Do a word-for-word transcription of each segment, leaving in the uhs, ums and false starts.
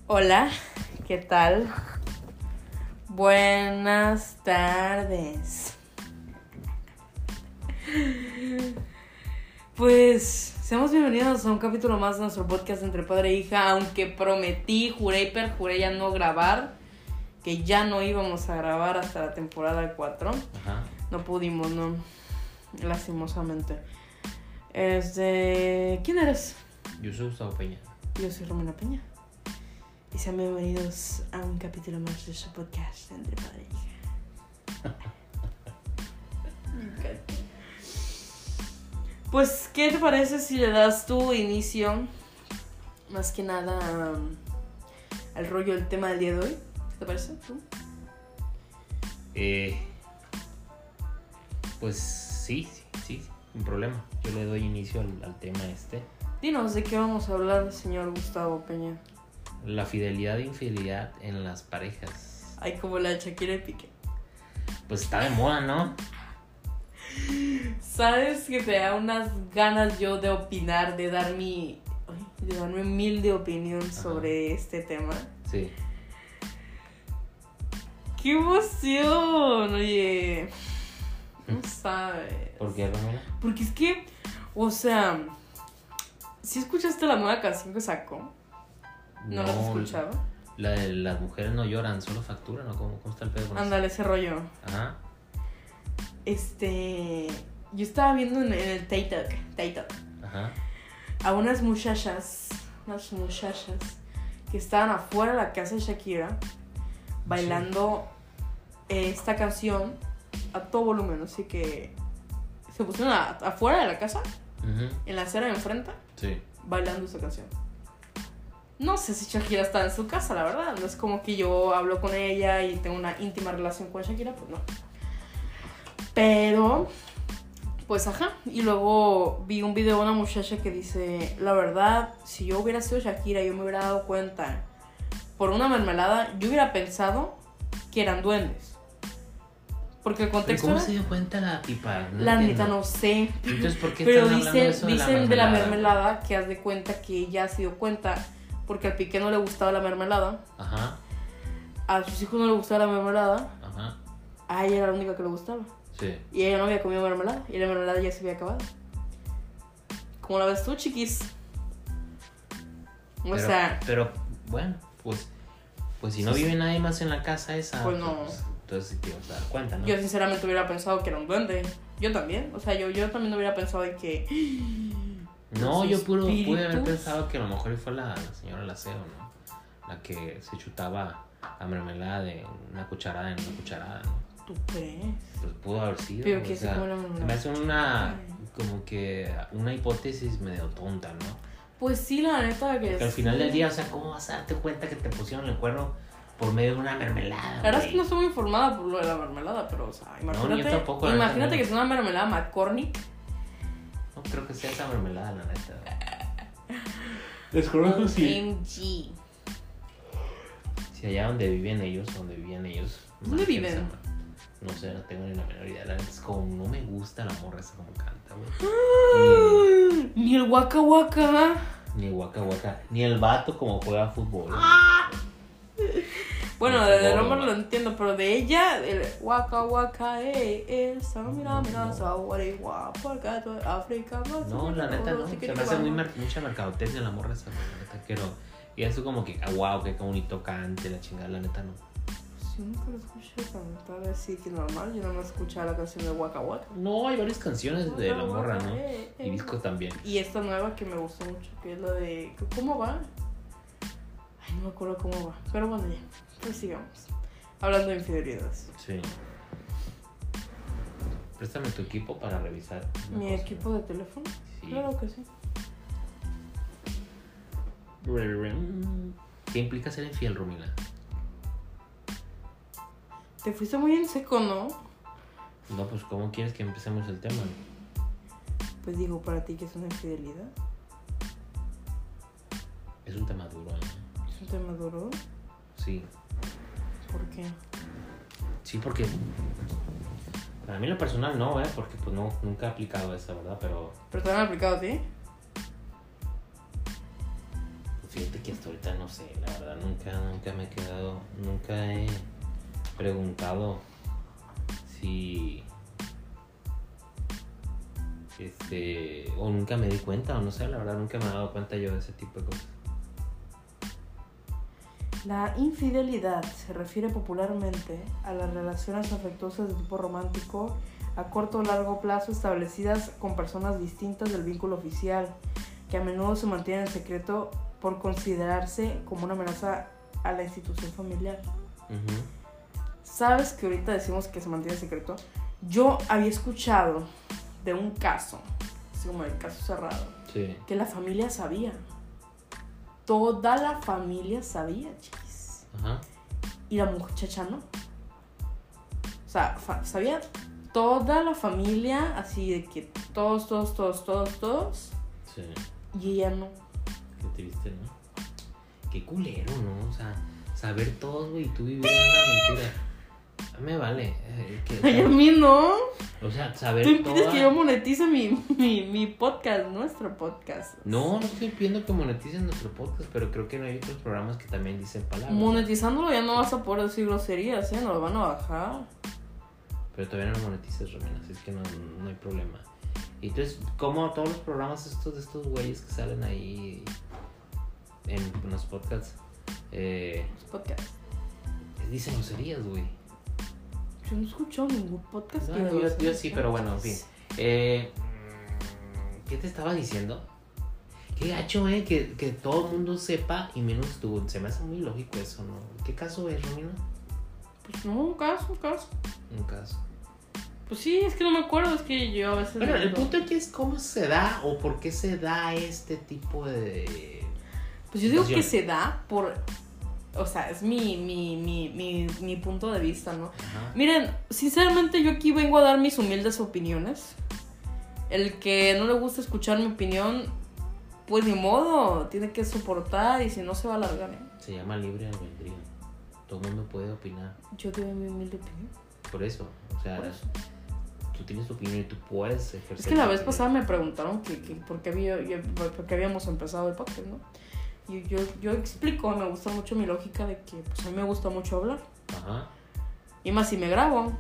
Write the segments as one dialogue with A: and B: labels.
A: Hola, ¿qué tal? Buenas tardes. Pues seamos bienvenidos a un capítulo más de nuestro podcast Entre Padre e Hija. Aunque prometí, juré y perjuré ya no grabar, que ya no íbamos a grabar hasta la temporada cuatro.
B: Ajá.
A: No pudimos, no, lastimosamente. Este, ¿quién eres?
B: Yo soy Gustavo Peña.
A: Yo soy Romina Peña. Y sean bienvenidos a un capítulo más de su podcast Entre Padre e Hija. Me encanta. Pues, ¿qué te parece si le das tu inicio, más que nada, um, al rollo del tema del día de hoy? ¿Qué te parece? ¿Tú?
B: Eh, pues sí, sí, sí, sin problema. Yo le doy inicio al, al tema este.
A: Dinos, ¿de qué vamos a hablar, señor Gustavo Peña?
B: La fidelidad e infidelidad en las parejas.
A: Ay, como la de Shakira y Piqué.
B: Pues está de moda, ¿no?
A: ¿Sabes que te da unas ganas yo de opinar, de dar mi, de dar mi humilde opinión
B: Ajá.
A: sobre este tema?
B: Sí.
A: ¡Qué emoción! Oye, no sabes.
B: ¿Por qué, Romina?
A: Porque es que, o sea, ¿sí escuchaste la nueva canción que sacó? ¿No, la has escuchado?
B: La de las mujeres no lloran, solo facturan, ¿no? ¿Cómo, cómo está el pedo con eso?
A: Ándale, ese rollo.
B: Ajá.
A: Este, yo estaba viendo en, en el TikTok, TikTok
B: Ajá.
A: a unas muchachas, unas muchachas que estaban afuera de la casa de Shakira bailando eh, esta canción a todo volumen, así que se pusieron a, afuera de la casa,
B: Uh-huh.
A: en la acera de enfrente,
B: Sí.
A: bailando esa canción. No sé si Shakira está en su casa, la verdad. No es como que yo hablo con ella y tengo una íntima relación con Shakira, pues no. Pero, pues ajá. Y luego vi un video de una muchacha que dice: la verdad, si yo hubiera sido Shakira, yo me hubiera dado cuenta por una mermelada, yo hubiera pensado que eran duendes. Porque el contexto
B: ¿Cómo
A: era,
B: se dio cuenta la tipa? No
A: la
B: entiendo.
A: neta no sé.
B: Entonces, ¿por qué
A: Pero
B: están hablando
A: dicen,
B: de eso de la
A: dicen de la
B: mermelada?
A: mermelada que haz de cuenta que ella se dio cuenta porque al Piqué no le gustaba la mermelada,
B: Ajá.
A: a sus hijos no le gustaba la mermelada,
B: Ajá.
A: a ella era la única que le gustaba.
B: Sí.
A: Y ella no había comido mermelada y la mermelada ya se había acabado. ¿Cómo la ves tú, chiquis? O
B: Pero,
A: sea,
B: pero bueno, pues pues si no
A: Sí,
B: vive nadie más en la casa esa,
A: Pues no.
B: pues, entonces sí te vas a dar cuenta, ¿no?
A: yo sinceramente hubiera pensado que era un duende. Yo también. O sea, yo, yo también hubiera pensado de que...
B: No,
A: los
B: yo puro, pude haber
A: espíritus.
B: pensado que a lo mejor fue la, la señora Laceo, ¿no? La que se chutaba la mermelada de una cucharada en una cucharada, ¿no?
A: ¿Tú crees?
B: Pues pudo haber sido.
A: Pero
B: o
A: que se
B: sea,
A: come la mermelada.
B: me hace una,
A: Ay.
B: como que una hipótesis medio tonta, ¿no?
A: Pues sí, la neta que
B: Porque al
A: sí.
B: final del día, o sea, ¿cómo vas a darte cuenta que te pusieron el cuerno por medio de una mermelada?
A: La verdad es
B: güey?
A: que no estoy muy informada por lo de la mermelada, pero, o sea, imagínate,
B: yo tampoco, la
A: imagínate
B: neta, no.
A: que es una mermelada McCormick.
B: No creo que sea esa mermelada, la neta. Desconozco
A: O
B: si,
A: M G.
B: si allá donde viven ellos, donde vivían ellos.
A: ¿Dónde
B: Michael
A: viven?
B: Sama. No sé, no tengo ni la menor idea. La neta es como, no me gusta la morra esa como canta, güey.
A: Ni el Waka Waka.
B: Ni, ni Waka Waka, ni el vato como juega fútbol.
A: Bueno,
B: Ni
A: de, de
B: fútbol,
A: Roma lo
B: güey.
A: entiendo, pero de ella, el Waka Waka, eh, eh, sa, mira, mira, sa, wari, wa, porque tú eres África.
B: No, la neta no. Se me hace muy mer- mucha mercadotecnia la morra esa, güey, la neta. Quiero. Y eso como que, ah, wow, qué bonito cante, la chingada, la neta no.
A: Sí, nunca lo escuché cantar así que normal. Yo no me escuchaba la canción de Waka Waka.
B: No, hay varias canciones de la morra, ¿no?
A: Eh, eh.
B: Y discos también.
A: Y esta nueva que me gustó mucho, que es la de... ¿Cómo va? Ay, no me acuerdo cómo va. Pero bueno, ya. Pues sigamos. Hablando de infidelidades.
B: Sí. Préstame tu equipo para revisar. una
A: ¿Mi
B: cosa.
A: equipo de teléfono?
B: Sí.
A: Claro que sí.
B: ¿Qué implica ser infiel, Romina?
A: Te fuiste muy en seco, ¿no?
B: No, pues, ¿cómo quieres que empecemos el tema?
A: Pues digo, para ti, ¿qué es una infidelidad?
B: Es un tema duro, ¿eh?
A: ¿Es un tema duro?
B: Sí.
A: ¿Por qué?
B: Sí, porque para mí en lo personal no, ¿eh? Porque pues no, nunca he aplicado esa, ¿verdad? Pero
A: ¿Pero te lo han aplicado a ti?
B: fíjate que hasta ahorita no sé, la verdad, nunca, nunca me he quedado, nunca he preguntado si, este, o nunca me di cuenta, o no sé, la verdad, nunca me he dado cuenta yo de ese tipo de cosas.
A: La infidelidad se refiere popularmente a las relaciones afectuosas de tipo romántico a corto o largo plazo establecidas con personas distintas del vínculo oficial, que a menudo se mantienen en secreto por considerarse como una amenaza a la institución familiar.
B: Uh-huh.
A: ¿Sabes que ahorita decimos que se mantiene en secreto? Yo había escuchado de un caso, así como el caso cerrado,
B: sí,
A: que la familia sabía. Toda la familia sabía, chiquis.
B: Ajá.
A: Y la muchacha no. O sea, fa- sabía toda la familia, así de que todos, todos, todos, todos, todos.
B: Sí.
A: Y ella no.
B: Qué triste, ¿no? Qué culero, ¿no? O sea, saber todo, güey, y tú vivir en una mentira. A mí me vale. Eh, que,
A: Ay, a mí no.
B: O sea, saber
A: Tú impides
B: toda...
A: que yo monetice mi, mi, mi podcast, nuestro podcast.
B: No, no estoy pidiendo que moneticen nuestro podcast, pero creo que no hay otros programas que también dicen palabras.
A: Monetizándolo ya no vas a poder decir groserías, ¿eh? Nos lo van a bajar.
B: Pero todavía no monetizas, Romina, así es que no, no hay problema. Y entonces, como todos los programas estos de estos güeyes que salen ahí en, en los podcasts, eh,
A: Los podcasts.
B: dicen groserías, güey.
A: Yo no escucho ningún podcast.
B: No,
A: que
B: yo,
A: diga
B: yo sí, pero bueno, en fin. Eh, ¿Qué te estaba diciendo? Qué gacho, eh, que, que todo el mundo sepa y menos tú. Se me hace muy lógico eso, ¿no? ¿Qué caso es, Romina?
A: Pues no, un caso, un caso.
B: Un caso.
A: Pues sí, es que no me acuerdo, es que yo a veces...
B: Bueno, el
A: no-
B: punto aquí es cómo se da o por qué se da este tipo de...
A: Pues yo digo que
B: situación.
A: se da por... O sea, es mi, mi, mi, mi, mi punto de vista, ¿no?
B: Ajá.
A: Miren, sinceramente yo aquí vengo a dar mis humildes opiniones. El que no le gusta escuchar mi opinión, pues ni modo, tiene que soportar y si no se va a alargar, ¿eh?
B: Se llama libre albedrío. Todo el mundo puede opinar.
A: Yo doy mi humilde opinión.
B: Por eso, o sea,
A: Por eso.
B: tú tienes tu opinión y tú puedes ejercer.
A: Es que la
B: tu
A: vez
B: opinión.
A: pasada me preguntaron que, que por, qué había, yo- por qué habíamos empezado el podcast, ¿no? Y yo, yo explico, me gusta mucho mi lógica de que pues a mí me gusta mucho hablar.
B: Ajá.
A: Y más si me grabo.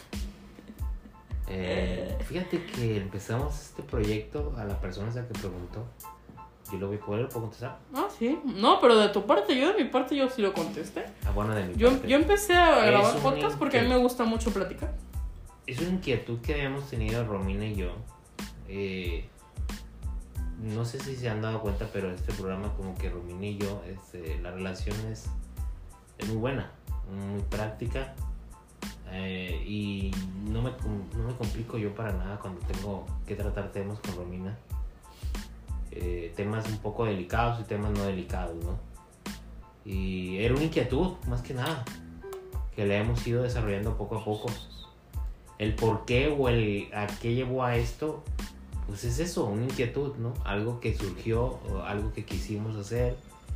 B: Eh, fíjate que empezamos este proyecto a la persona esa que preguntó. Yo lo voy a poder, ¿lo puedo contestar?
A: Ah, sí. No, pero de tu parte, yo de mi parte yo sí lo contesté.
B: Ah, bueno, de mi
A: Yo,
B: parte.
A: yo empecé a
B: Es
A: grabar
B: un
A: podcast porque a mí
B: inquieto.
A: me gusta mucho platicar.
B: Es una inquietud que habíamos tenido Romina y yo. Eh, no sé si se han dado cuenta, pero este programa como que Romina y yo, este, la relación es, es muy buena, muy práctica. Eh, y no me, com- no me complico yo para nada cuando tengo que tratar temas con Romina. Eh, temas un poco delicados y temas no delicados, ¿no? Y era una inquietud, más que nada, que le hemos ido desarrollando poco a poco. El por qué o el a qué llevó a esto, pues es eso, una inquietud, ¿no? Algo que surgió, o algo que quisimos hacer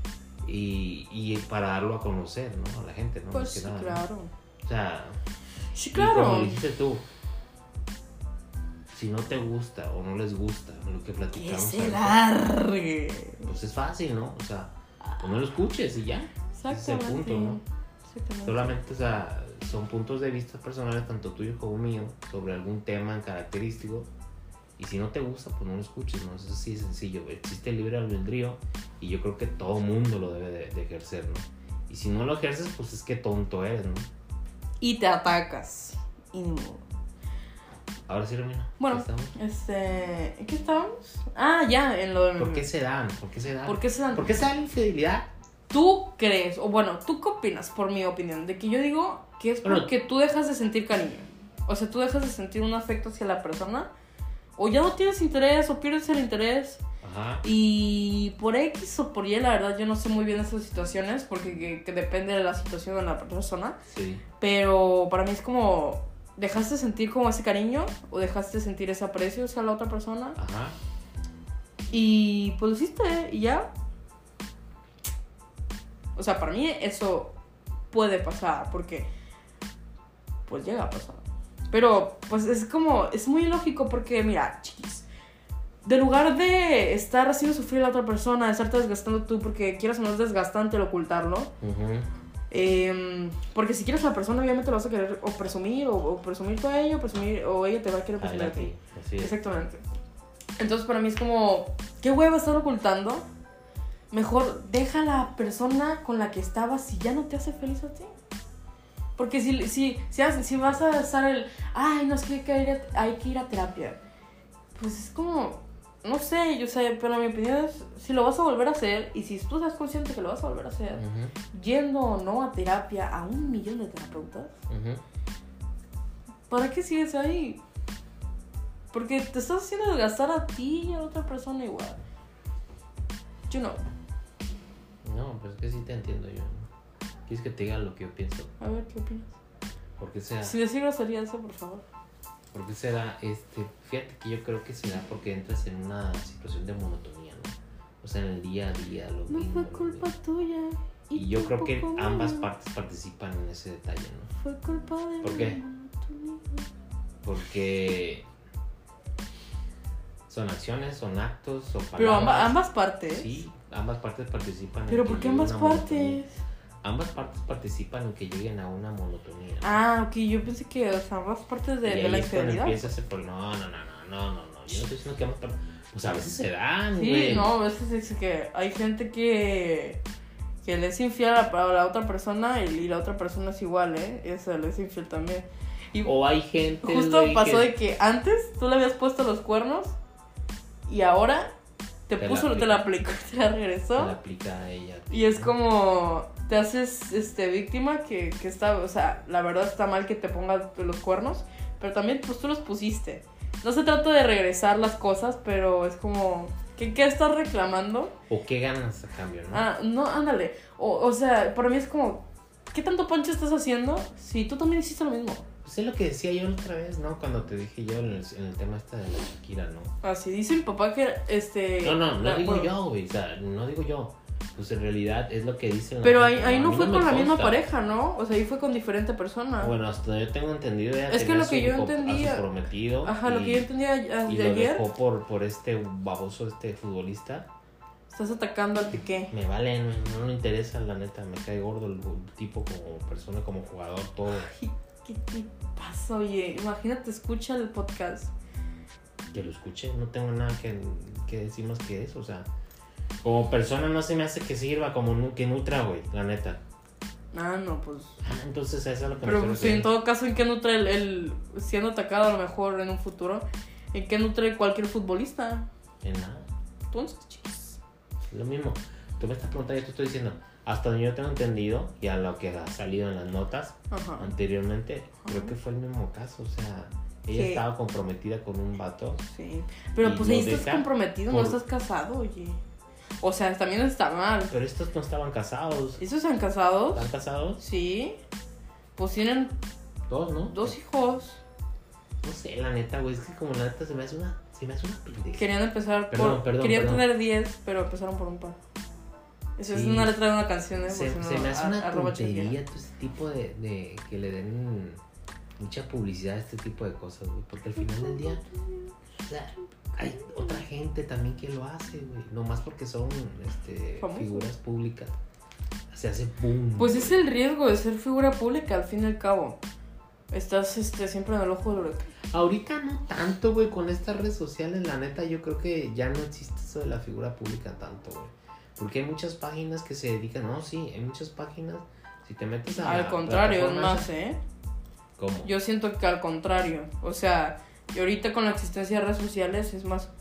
B: y, y para darlo a conocer, ¿no? A la gente, ¿no?
A: Pues
B: Más que
A: sí,
B: nada, ¿no?
A: claro.
B: O sea,
A: Sí,
B: y como
A: claro.
B: dijiste tú, si no te gusta o no les gusta lo que
A: Que
B: platicamos,
A: se
B: ahorita,
A: largue.
B: pues es fácil, ¿no? O sea, pues no lo escuches y ya. Ese es el
A: Exactamente.
B: punto, ¿no?
A: Exactamente.
B: Solamente, o sea, son puntos de vista personales, tanto tuyos como míos, sobre algún tema en característico. Y si no te gusta, pues no lo escuches, ¿no? Eso sí es sencillo. Existe el libre albedrío y yo creo que todo mundo lo debe de, de ejercer, ¿no? Y si no lo ejerces, pues es que tonto eres, ¿no?
A: Y te atacas. Y ni modo.
B: Ahora sí, Romina.
A: Bueno,
B: ¿estamos?
A: este... ¿En qué estábamos? Ah, ya, en lo de...
B: ¿Por qué se dan? ¿Por qué se dan?
A: ¿Por qué se dan?
B: ¿Por qué se da la infidelidad?
A: ¿Tú crees, o bueno, tú qué opinas, por mi opinión, de que yo digo que es
B: Bueno,
A: porque tú dejas de sentir cariño? O sea, tú dejas de sentir un afecto hacia la persona, o ya no tienes interés, o pierdes el interés,
B: Ajá.
A: y por X o por Y, la verdad, yo no sé muy bien esas situaciones, porque que, que depende de la situación de la persona,
B: Sí.
A: pero para mí es como, ¿dejaste de sentir como ese cariño, o dejaste de sentir ese aprecio hacia la otra persona?
B: Ajá.
A: Y pues lo hiciste, y ya. O sea, para mí eso puede pasar, porque pues llega a pasar. Pero pues es como, es muy lógico porque, mira, chiquis, de lugar de estar haciendo sufrir a la otra persona, de estarte desgastando tú, porque quieras o no es desgastante el ocultarlo.
B: Uh-huh.
A: Eh, porque si quieres a la persona, obviamente lo vas a querer o presumir, o, o presumir tú a ella, o, presumir, o ella te va a querer presumir a ti.
B: Así es.
A: Exactamente. Entonces para mí es como, ¿qué hueva estar ocultando? Mejor deja a la persona con la que estabas si ya no te hace feliz a ti. Porque si, si, si, si vas a estar el, ay, no, es que hay que, ir a, hay que ir a terapia. Pues es como, no sé, yo sé, pero mi opinión es, si lo vas a volver a hacer, y si tú estás consciente que lo vas a volver a hacer, uh-huh. yendo o no a terapia a un millón de terapeutas, uh-huh. ¿para qué sigues ahí? Porque te estás haciendo desgastar a ti y a la otra persona igual. Yo no.
B: No, pues es que sí te entiendo yo. ¿Quieres que te diga lo que yo pienso?
A: A ver, ¿qué opinas?
B: ¿Por qué será?
A: Si decir grosería eso, por favor.
B: ¿Por qué será? Este, fíjate que yo creo que será porque entras en una situación de monotonía, ¿no? O sea, en el día a día, lo
A: no
B: mismo.
A: No fue culpa tuya.
B: Y, y yo creo que ambas mío. partes participan en ese detalle, ¿no?
A: Fue culpa de
B: ¿Por qué? Porque son acciones, son actos, son palabras.
A: Pero ambas, ambas partes.
B: Sí, ambas partes participan.
A: ¿Pero por qué ambas partes?
B: Monotonía. Ambas partes participan en que lleguen a una monotonía.
A: Ah, ok, yo pensé que o sea, ambas partes de,
B: y
A: de la
B: infidelidad. Empieza a ser por... No, no, no, no, no, no, no. Yo no estoy diciendo que ambas partes... Pues a veces se dan,
A: sí,
B: güey.
A: Sí, no, a veces es que hay gente que... que le es infiel a la, a la otra persona y, y la otra persona es igual, ¿eh? Esa le es infiel también. Y
B: o hay gente...
A: Justo wey, pasó que... de que antes tú le habías puesto los cuernos y ahora te, te puso, la te la aplicó, te la regresó.
B: Te la aplica a ella. Tío.
A: Y es como... te haces este víctima que, que está, o sea, la verdad está mal que te pongas los cuernos, pero también pues tú los pusiste. No se trata de regresar las cosas, pero es como, ¿qué, qué estás reclamando?
B: O qué ganas a cambio, ¿no?
A: Ah, no, ándale. O, o sea, para mí es como, ¿qué tanto pancho estás haciendo si tú también hiciste lo mismo?
B: Pues es lo que decía yo la otra vez, ¿no? Cuando te dije yo en el, en el tema este de la Shakira, ¿no?
A: Ah, sí, dice mi papá que, este...
B: No, no, no
A: la,
B: digo
A: bueno,
B: yo, güey, o sea, no digo yo. Pues en realidad es lo que dicen.
A: Pero ahí, ahí no fue no con la misma pareja, ¿no? O sea, ahí fue con diferente persona.
B: Bueno, hasta yo tengo entendido. Ella
A: es que lo que yo
B: su,
A: entendía.
B: A su prometido.
A: Ajá,
B: y,
A: lo que yo entendía de
B: y
A: ayer.
B: lo dejó por, por este baboso, este futbolista.
A: Estás atacando al Piqué.
B: Me vale, no, no me interesa, la neta. Me cae gordo el, el tipo como persona, como jugador, todo.
A: Ay, ¿qué te pasa? Oye, imagínate, escucha el podcast.
B: Que lo escuche, no tengo nada que, que decir más que eso, o sea. Como persona no se me hace que sirva como que nutra, güey, la neta.
A: Ah, no, pues...
B: Ah, entonces eso es lo que
A: Pero
B: me
A: pues, sí, en todo caso, ¿en qué nutre el, el... siendo atacado a lo mejor en un futuro? ¿En qué nutre cualquier futbolista?
B: En nada.
A: Entonces, chicos.
B: Lo mismo. Tú me estás preguntando, yo te estoy diciendo. Hasta donde yo tengo entendido, y a lo que ha salido en las notas Ajá. anteriormente, Ajá. creo que fue el mismo caso, o sea... Ella ¿Qué? Estaba comprometida con un vato.
A: Sí. Pero pues ahí estás comprometido, por... no estás casado, oye. O sea, también está mal.
B: Pero estos no estaban casados.
A: ¿Estos están casados?
B: ¿Están casados?
A: Sí. Pues tienen...
B: Dos, ¿no?
A: Dos hijos.
B: No sé, la neta, güey. Es que como la neta se me hace una... Se me hace una pendeja.
A: Querían empezar
B: perdón,
A: por...
B: Perdón,
A: Querían
B: perdón.
A: tener diez, pero empezaron por un par. Eso sí. Es una letra de una canción, ¿eh?
B: Se,
A: pues,
B: se
A: no,
B: me hace
A: a,
B: una
A: a
B: tontería todo ese tipo de, de... Que le den mucha publicidad a este tipo de cosas, güey. Porque al final del día... O sea... Hay otra gente también que lo hace, güey. Nomás porque son este, figuras públicas. Se hace boom.
A: Pues es el riesgo de ser figura pública, al fin y al cabo. Estás este, siempre en el ojo del huracán.
B: Ahorita no tanto, güey. Con estas redes sociales, la neta, yo creo que ya no existe eso de la figura pública tanto, güey. Porque hay muchas páginas que se dedican... No, sí, hay muchas páginas. Si te metes a...
A: Al contrario, es más, ¿eh?
B: ¿Cómo?
A: Yo siento que al contrario. O sea... Y ahorita con la existencia de redes sociales es más...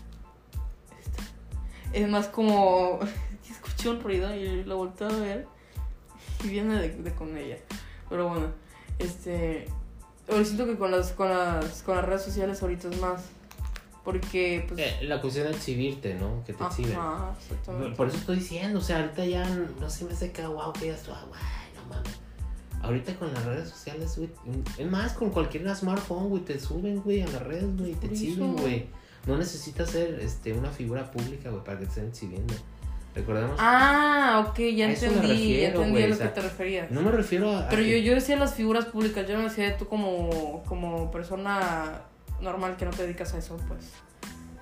A: Es más como... Escuché un ruido y lo volteo a ver. Y viene de, de con ella. Pero bueno, este... Yo siento que con las, con las con las redes sociales ahorita es más... Porque, pues...
B: Eh, la cuestión de exhibirte, ¿no? Que te exhiben.
A: Ajá, exactamente.
B: Por eso estoy diciendo, o sea, ahorita ya no se me hace que wow, que ya estoy... Güey, no mames. Ahorita con las redes sociales, güey, es más, con cualquier smartphone, güey, te suben, güey, a las redes, güey, te exhiben, güey. No necesitas ser este, una figura pública, güey, para que te estén exhibiendo. ¿Recordamos?
A: Ah, ok, ya entendí, refiero, ya entendí
B: güey,
A: a lo
B: o sea,
A: que te referías.
B: No me refiero a...
A: Pero
B: a
A: yo,
B: que...
A: yo decía las figuras públicas, yo no decía tú como, como persona normal que no te dedicas a eso, pues.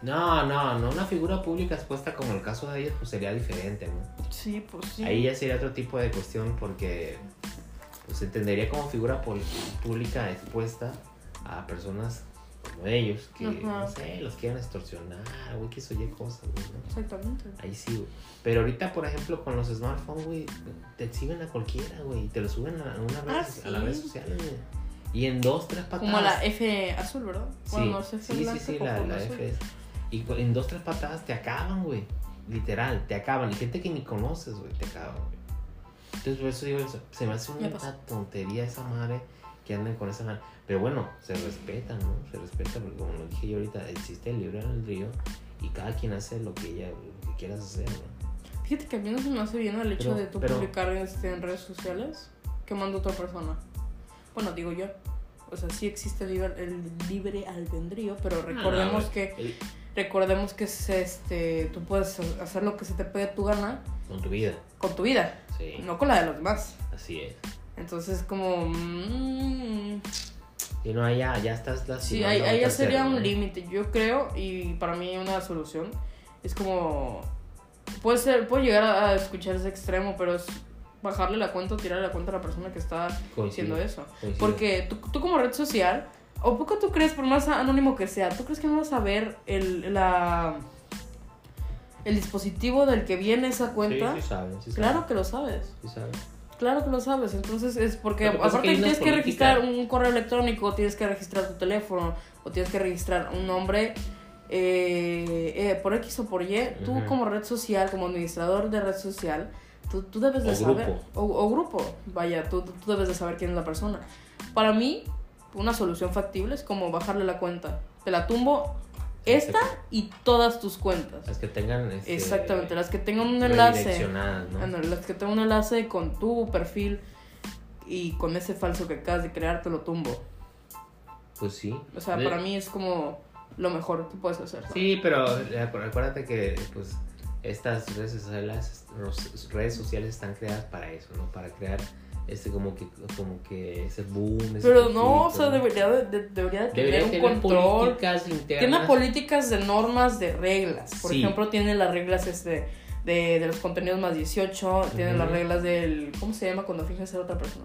B: No, no, no una figura pública expuesta como el caso de ellos, pues sería diferente, ¿no?
A: Sí, pues sí.
B: Ahí ya sería otro tipo de cuestión porque pues se entendería como figura pol- pública expuesta a personas como ellos que,
A: Ajá.
B: no sé, los quieren extorsionar, güey, que eso oye cosas, güey, ¿no?
A: Exactamente.
B: Ahí sí, güey. Pero ahorita, por ejemplo, con los smartphones, güey, te exhiben a cualquiera, güey, y te lo suben a, una red,
A: Ah,
B: a las
A: sí.
B: redes sociales, güey. Y en dos, tres patadas.
A: Como la F azul, ¿verdad?
B: Sí,
A: Bueno, no sé, F
B: sí, sí,
A: blanca
B: sí,
A: o
B: la,
A: con
B: la
A: azul.
B: F es. Y cu- en dos, tres patadas te acaban, güey. Literal, te acaban. Y gente que ni conoces, güey, te acaban, güey. Entonces, por eso digo, eso, se me hace
A: Me
B: una
A: pasa.
B: tontería esa madre que anden con esa madre. Pero bueno, se respeta, ¿no? Se respeta porque, como lo dije yo ahorita, existe el libre albedrío y cada quien hace lo que ella, lo que quieras hacer, ¿no?
A: Fíjate que a mí no se me hace bien el hecho
B: Pero-
A: de tú
B: pero-
A: publicar este, en redes sociales que manda otra persona. Bueno, digo yo. O sea, sí existe el libre, el libre albedrío, pero recordemos
B: Ah, no,
A: que
B: el-
A: recordemos que es, este, tú puedes hacer lo que se te pegue tu gana
B: con tu vida,
A: con tu vida,
B: sí,
A: no con la de los demás.
B: así es.
A: Entonces, como. mm,
B: Y no, allá ya estás
A: sí,
B: lastimando
A: ahí,
B: a un
A: ahí ya
B: tercero,
A: sería un
B: ¿no?
A: límite, yo creo, y para mí una solución es como. Puede ser, puede llegar a, a escuchar ese extremo, pero es bajarle la cuenta o tirarle la cuenta a la persona que está
B: Coincido,
A: diciendo eso.
B: coincido.
A: Porque tú, tú como red social, ¿o poco tú crees, por más anónimo que sea, tú crees que no vas a ver el, la, el dispositivo del que viene esa cuenta?
B: Sí, sí saben, sí
A: Claro
B: saben,
A: que lo sabes.
B: sí saben.
A: Claro que lo sabes, entonces es porque
B: Lo que pasa es
A: aparte
B: que hay
A: tienes
B: una
A: que
B: política.
A: registrar un correo electrónico, tienes que registrar tu teléfono o tienes que registrar un nombre eh, eh, por X o por Y. Tú
B: Ujú.
A: como red social, como administrador de red social, tú, tú debes de
B: O
A: saber.
B: grupo.
A: O, o grupo, vaya, tú, tú debes de saber quién es la persona. Para mí, una solución factible es como bajarle la cuenta. Te la tumbo esta y todas tus cuentas.
B: Las que tengan este,
A: Exactamente, las que tengan un enlace.
B: redireccionadas, ¿no?
A: Ah, no, las que tengan un enlace con tu perfil y con ese falso que acabas de crear, te lo tumbo.
B: Pues sí.
A: O sea,
B: De-
A: para mí es como lo mejor que puedes hacer. ¿sabes?
B: Sí, pero acu- acuérdate que pues estas redes sociales, redes sociales están creadas para eso, ¿no? Para crear este como que como que ese boom. Ese
A: Pero no, o
B: conflicto,
A: sea,
B: ¿no?
A: debería de, de- debería de tener
B: Debería
A: un
B: tener
A: control.
B: políticas
A: Tiene
B: internas.
A: políticas de normas, de reglas. Por
B: Sí.
A: ejemplo, tiene las reglas este, de, de los contenidos más dieciocho, tiene
B: Ujú.
A: las reglas del... ¿Cómo se llama cuando finges ser otra persona?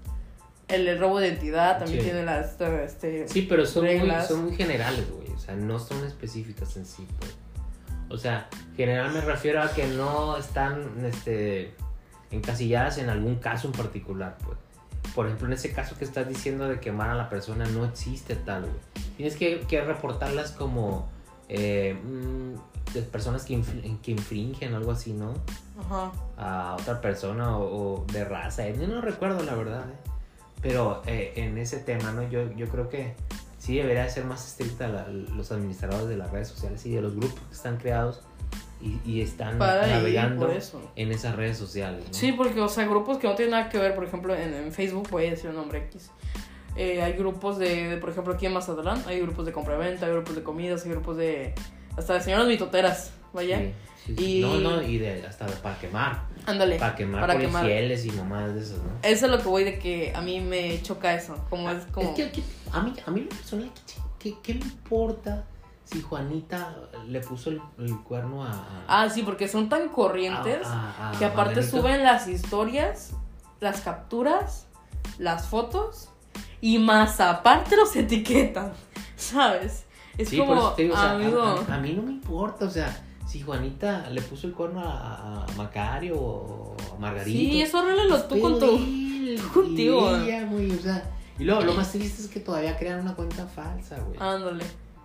A: El, el robo de identidad también
B: Sí.
A: tiene las... Este,
B: Sí, pero son muy,
A: reglas.
B: son muy generales, güey. O sea, no son específicas en sí, pues. O sea, general me refiero a que no están este, encasilladas en algún caso en particular, pues. Por ejemplo, en ese caso que estás diciendo de quemar a la persona, no existe tal, güey. Tienes que, que reportarlas como eh, mm, de personas que, infl- que infringen o algo así, ¿no?
A: Ajá.
B: A otra persona o, o de raza. Yo no recuerdo la verdad, ¿eh? Pero eh, en ese tema, ¿no? Yo, yo creo que sí debería ser más estricta la, los administradores de las redes sociales y de los grupos que están creados y, y están
A: Para ahí,
B: navegando
A: por eso.
B: en esas redes sociales, ¿no?
A: Sí, porque, o sea, grupos que no tienen nada que ver, por ejemplo, en, en Facebook, voy a decir un nombre X. Eh, hay grupos de, de, por ejemplo, aquí en Mazatlán, hay grupos de compra-venta, hay grupos de comidas, hay grupos de... hasta de señoras mitoteras, vaya.
B: Sí, sí, sí.
A: Y-
B: No, no, y de, hasta para quemar.
A: Ándale.
B: Para quemar
A: para
B: por
A: quemar.
B: infieles y mamás de esas, ¿no?
A: Eso es lo que voy de que a mí me choca eso. Como es como...
B: Es que, que a mí, a mí lo personal, ¿qué, qué, qué me importa si Juanita le puso el, el cuerno a... a-
A: Ah, sí, porque son tan corrientes
B: a- a- a
A: que aparte
B: Marianito?
A: suben las historias, las capturas, las fotos y más aparte los etiquetan, ¿sabes? Es
B: Sí, por
A: como,
B: eso te digo, o sea, a-
A: amigo...
B: a, a mí no me importa, o sea, si Juanita le puso el cuerno a, a Macario o a Margarito.
A: Sí, eso arréglalo tú con
B: pero
A: tu...
B: él
A: tú contigo.
B: y ella, güey, o sea, y luego lo más triste es que todavía crean una cuenta falsa, güey.
A: Ándale.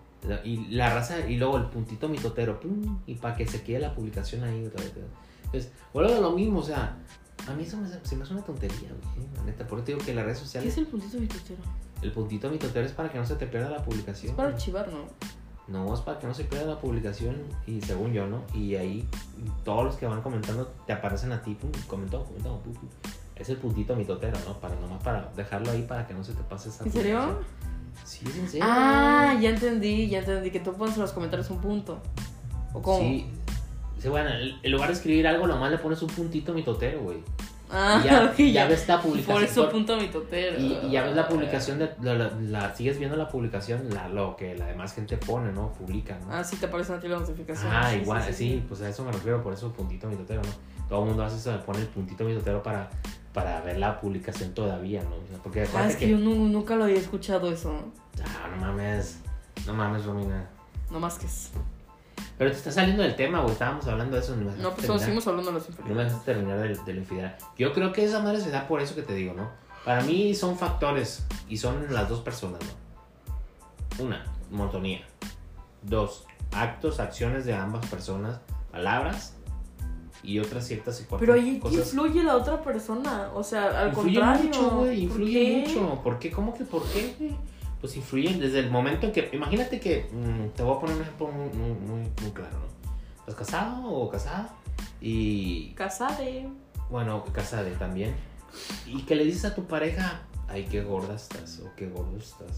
B: Y la raza, y luego el puntito mitotero, pum, y para que se quede la publicación ahí otra vez. Entonces, vuelvo a lo mismo, o sea, a mí eso me, se me hace una tontería, güey, la neta. Por eso te digo que las redes
A: ¿Qué
B: sociales,
A: es el puntito mitotero?
B: el puntito mitotero es para que no se te pierda la publicación.
A: Es para
B: güey.
A: archivar, ¿no?
B: No, es para que no se pierda la publicación, y según yo, ¿no? Y ahí todos los que van comentando te aparecen a ti, pum, comentó, comentó, pum, pum. Es el puntito mitotero, ¿no? Para nomás para dejarlo ahí para que no se te pase esa
A: ¿En serio?
B: publicación. Sí, es en serio.
A: Ah, ya entendí, ya entendí. Que tú pones en los comentarios un punto. ¿O cómo?
B: Sí. Sí, bueno, en lugar de escribir algo, nomás le pones un puntito mitotero, güey.
A: Ah,
B: y ya,
A: okay,
B: ya
A: ya
B: ves la publicación.
A: Por eso punto mitotero.
B: Y, y ya ves la publicación, de la, la, la- sigues viendo la publicación, la, lo que la demás gente pone, ¿no? Publica, ¿no?
A: Ah, sí, te aparecen a ti las notificaciones.
B: Ah,
A: Sí,
B: igual, sí,
A: sí, sí.
B: pues a eso me refiero, por eso puntito mitotero, ¿no? Todo el mundo hace eso, pone el puntito mitotero para, para ver la publicación todavía, ¿no? O sea, porque
A: Ah,
B: acuérdate
A: es que, yo nu- nunca lo había escuchado eso.
B: Ah, no mames, no mames, Romina.
A: No más que es.
B: Pero te está saliendo del tema, güey, estábamos hablando de eso. No, me
A: No,
B: dejaste
A: pues solo
B: terminar.
A: seguimos hablando de los
B: No me
A: infidelidades.
B: dejaste terminar de, de la infidelidad. Yo creo que esa madre se da por eso que te digo, ¿no? Para mí son factores y son las dos personas, ¿no? Una, monotonía. Dos, actos, acciones de ambas personas, palabras y otras ciertas y cuatro
A: Pero ahí
B: cosas.
A: influye la otra persona. O sea, al
B: Influye
A: contrario.
B: mucho, güey,
A: ¿por
B: influye
A: qué?
B: mucho. ¿Por qué? ¿Cómo que por qué, güey? Pues influyen desde el momento en que... Imagínate que... mmm, te voy a poner un ejemplo muy, muy, muy, muy claro, ¿no? ¿Estás casado o casada? Y...
A: Casade.
B: Bueno, casada también. Y que le dices a tu pareja... Ay, qué gorda estás o qué gordo estás.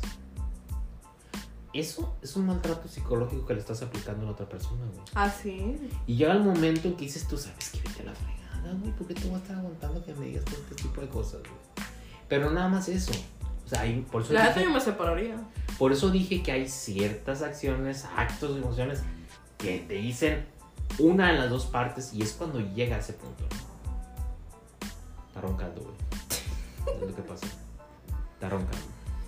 B: Eso es un maltrato psicológico que le estás aplicando a la otra persona, güey.
A: Ah, sí.
B: Y llega el momento en que dices, tú sabes que vete a la fregada, güey. ¿Por qué te voy a estar aguantando que me digas todo este tipo de cosas, güey? Pero nada más eso. O sea, hay, por eso
A: La
B: dije-
A: neta yo me separaría.
B: por eso dije que hay ciertas acciones, actos, emociones que te dicen una de las dos partes y es cuando llega a ese punto. Está roncando, güey. Es lo que pasa. Está roncando.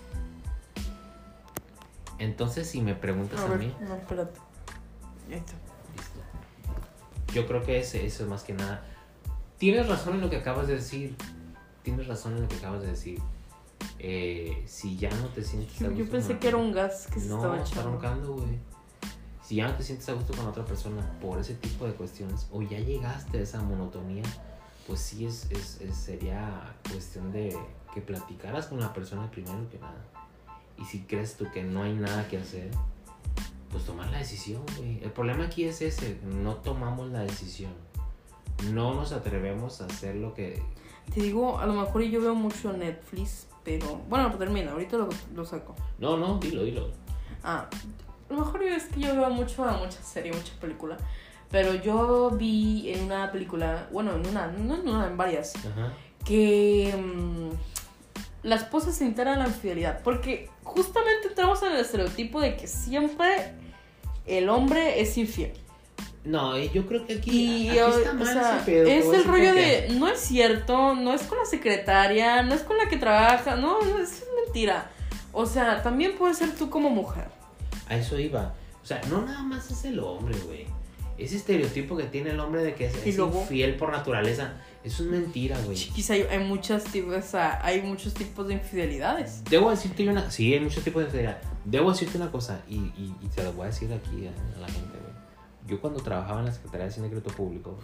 B: Entonces, si me preguntas
A: A
B: a,
A: ver,
B: mí,
A: no, espérate. Ahí está.
B: listo. Yo creo que ese, eso es más que nada. Tienes razón en lo que acabas de decir. Tienes razón en lo que acabas de decir. Eh, si ya no te sientes a
A: Yo,
B: gusto
A: yo pensé
B: con-
A: que era un gas que se
B: no,
A: estaba
B: está
A: echando.
B: roncando, güey. Si ya no te sientes a gusto con otra persona por ese tipo de cuestiones o ya llegaste a esa monotonía, pues sí es, es, es- sería cuestión de que platicaras con la persona primero que nada. Y si crees tú que no hay nada que hacer, pues tomar la decisión, güey. El problema aquí es ese, no tomamos la decisión. No nos atrevemos a hacer lo que...
A: Te digo, a lo mejor yo veo mucho Netflix, pero... Bueno, pues termina, ahorita lo, lo saco.
B: No, no, dilo, dilo.
A: Ah, a lo mejor es que yo veo mucho, mucha serie, mucha película. Pero yo vi en una película, bueno, en una, no en una, en varias,
B: Ajá.
A: que mmm, la esposa se entera de la infidelidad. Porque justamente entramos en el estereotipo de que siempre el hombre es infiel.
B: No, eh, yo creo que aquí,
A: Y
B: aquí
A: o-
B: está
A: o
B: mal
A: sea,
B: ese pedo. te
A: es
B: voy a
A: el
B: decir
A: rollo
B: por qué.
A: de, no es cierto, no es con la secretaria, no es con la que trabaja, no, no, eso es mentira. O sea, también puedes ser tú como mujer.
B: A eso iba. O sea, no nada más es el hombre, güey. Ese estereotipo que tiene el hombre de que es,
A: Y
B: es
A: luego-
B: infiel por naturaleza, eso es mentira, güey.
A: Chiquis, hay, hay, muchas, tipos, o sea, hay muchos tipos de infidelidades.
B: Debo decirte una... Sí, hay muchos tipos de infidelidad. Debo decirte una cosa, y, y, y te lo voy a decir aquí a, a la gente, güey. Yo cuando trabajaba en la Secretaría de Secreto Público,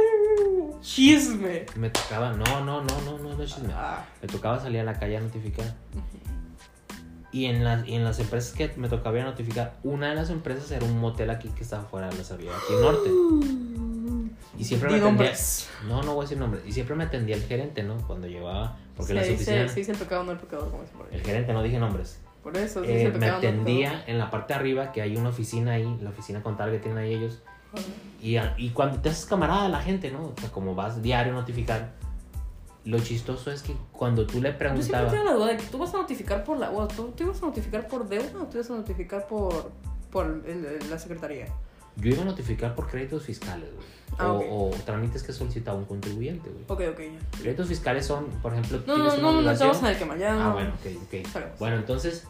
A: Chisme.
B: me tocaba... No, no, no, no, no, no chisme.
A: Ah.
B: Me tocaba salir a la calle a notificar. Y en, la, y en las empresas que me tocaba ir a notificar, una de las empresas era un motel aquí que estaba fuera de la salida, aquí en Norte. Y siempre me
A: Di
B: atendía...
A: nombres.
B: No, no voy a decir nombres. Y siempre me atendía el gerente, ¿no? Cuando llevaba... Porque
A: Se
B: las
A: dice,
B: oficinas...
A: se dice el pecado, no el pecado, como dicen por ahí.
B: El gerente, no dije nombres.
A: Por eso, se dice
B: Eh,
A: el
B: me
A: pecado, no el
B: atendía
A: pecado.
B: en la parte de arriba, que hay una oficina ahí, la oficina contable que tienen ahí ellos. Y, a- y cuando te haces camarada de la gente, ¿no? O sea, como vas diario a notificar, lo chistoso es que cuando tú le
A: Yo siempre
B: preguntabas...
A: tengo la duda de que tú vas a notificar por la... O tú, tú ibas a notificar por deuda o tú ibas a notificar por, por el- el- la secretaría.
B: Yo iba a notificar por créditos fiscales, güey.
A: Ah,
B: o,
A: ok.
B: o trámites que solicitaba un contribuyente, güey.
A: Ok, ok, ya.
B: Créditos fiscales son, por ejemplo,
A: No,
B: tienes
A: no,
B: una
A: no, no
B: obligación.
A: estamos en el que mal, ya
B: Ah,
A: no.
B: bueno, ok, ok.
A: Salimos.
B: Bueno, entonces,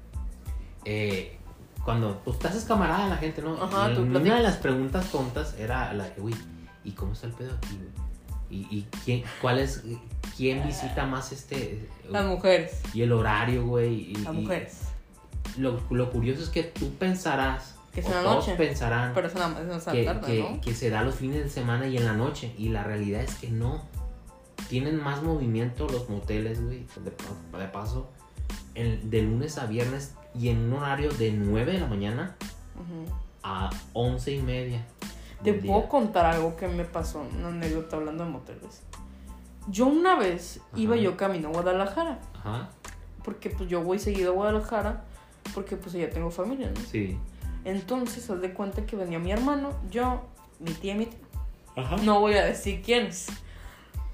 B: eh, cuando pues, te haces camarada de la gente, ¿no?
A: Ajá,
B: y
A: tú
B: una
A: platicas.
B: de las preguntas tontas era la de, uy, ¿y cómo está el pedo aquí, güey? ¿Y, y quién, cuál es, quién visita más este...
A: Las mujeres.
B: y el horario, güey? Y,
A: Las
B: y
A: mujeres.
B: Lo, lo curioso es que tú pensarás,
A: Que es
B: o
A: en la
B: todos
A: noche.
B: pensarán,
A: Pero es en la, es en
B: que,
A: la tarde,
B: que,
A: ¿no?
B: que se da los fines de semana y en la noche. Y la realidad es que no. Tienen más movimiento los moteles, güey, de, pa- de paso, en- de lunes a viernes y en un horario de nueve de la mañana
A: Ujú.
B: a once y media.
A: Te
B: del
A: puedo
B: día.
A: contar algo que me pasó, una anécdota hablando de moteles. Yo una vez
B: Ajá.
A: iba yo camino a Guadalajara,
B: Ajá,
A: porque pues yo voy seguido a Guadalajara, porque pues allá tengo familia, ¿no?
B: sí.
A: Entonces, haz de cuenta que venía mi hermano, yo, mi tía y mi tía.
B: Ajá.
A: No voy a decir quiénes.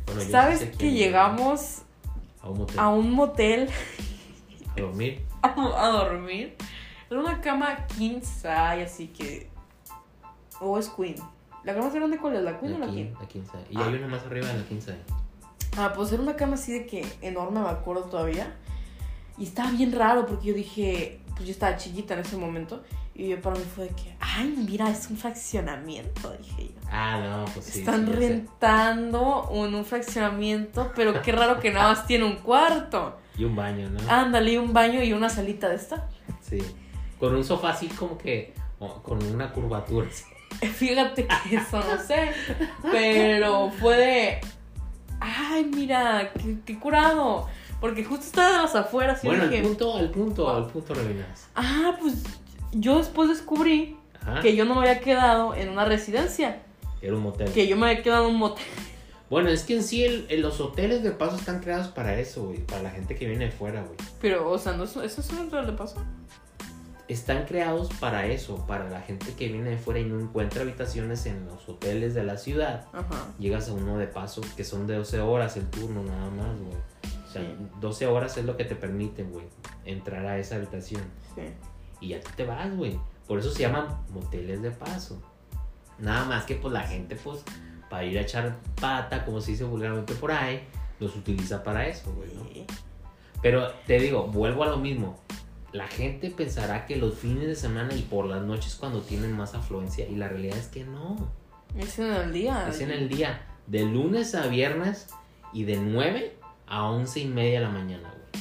B: Bueno, yo
A: ¿Sabes
B: sí sé
A: que
B: quién es,
A: llegamos
B: a un motel.
A: a un motel
B: A dormir.
A: a, a dormir? Era una cama king size, así que... O es queen. ¿La cama más grande cuál es? ¿La queen
B: La
A: o la
B: queen,
A: king?
B: la quince. Y
A: Ah.
B: hay una más arriba de la quince.
A: Ah, pues era una cama así de que enorme, me acuerdo todavía. Y estaba bien raro porque yo dije, pues yo estaba chiquita en ese momento. Y yo para mí fue de que, ay, mira, es un fraccionamiento, dije yo.
B: Ah, no, pues sí.
A: Están
B: sí, ya sé.
A: rentando un, un fraccionamiento, pero qué raro que nada más tiene un cuarto.
B: Y un baño, ¿no?
A: Ándale, y un baño y una salita de esta.
B: Sí. Con un sofá así como que, oh, con una curvatura.
A: Fíjate que eso no sé, pero fue de, ay, mira, qué, qué curado. Porque justo estaba de las afueras y
B: Bueno,
A: yo dije,
B: al punto, al punto, al punto revinas.
A: ah, pues yo después descubrí
B: Ajá.
A: que yo no me había quedado en una residencia,
B: Era un motel.
A: que yo me había quedado en un motel.
B: Bueno, es que en sí el, el- los hoteles de paso están creados para eso, güey. Para la gente que viene de fuera, güey.
A: Pero, o sea, ¿no, eso eso es un real de paso?
B: Están creados para eso, para la gente que viene de fuera y no encuentra habitaciones en los hoteles de la ciudad.
A: Ajá.
B: Llegas a uno de paso, que son de doce horas el turno nada más, güey. O sea,
A: Sí.
B: doce horas es lo que te permiten, güey, entrar a esa habitación.
A: Sí.
B: Y ya tú te vas, güey. Por eso se llaman moteles de paso. Nada más que pues la gente, pues, para ir a echar pata, como se dice vulgarmente por ahí, los utiliza para eso, güey, ¿no?
A: Sí.
B: Pero te digo, vuelvo a lo mismo. La gente pensará que los fines de semana y por las noches cuando tienen más afluencia, y la realidad es que no.
A: Es en el día.
B: Es en el día, de lunes a viernes y de nueve a once y media de la mañana, güey.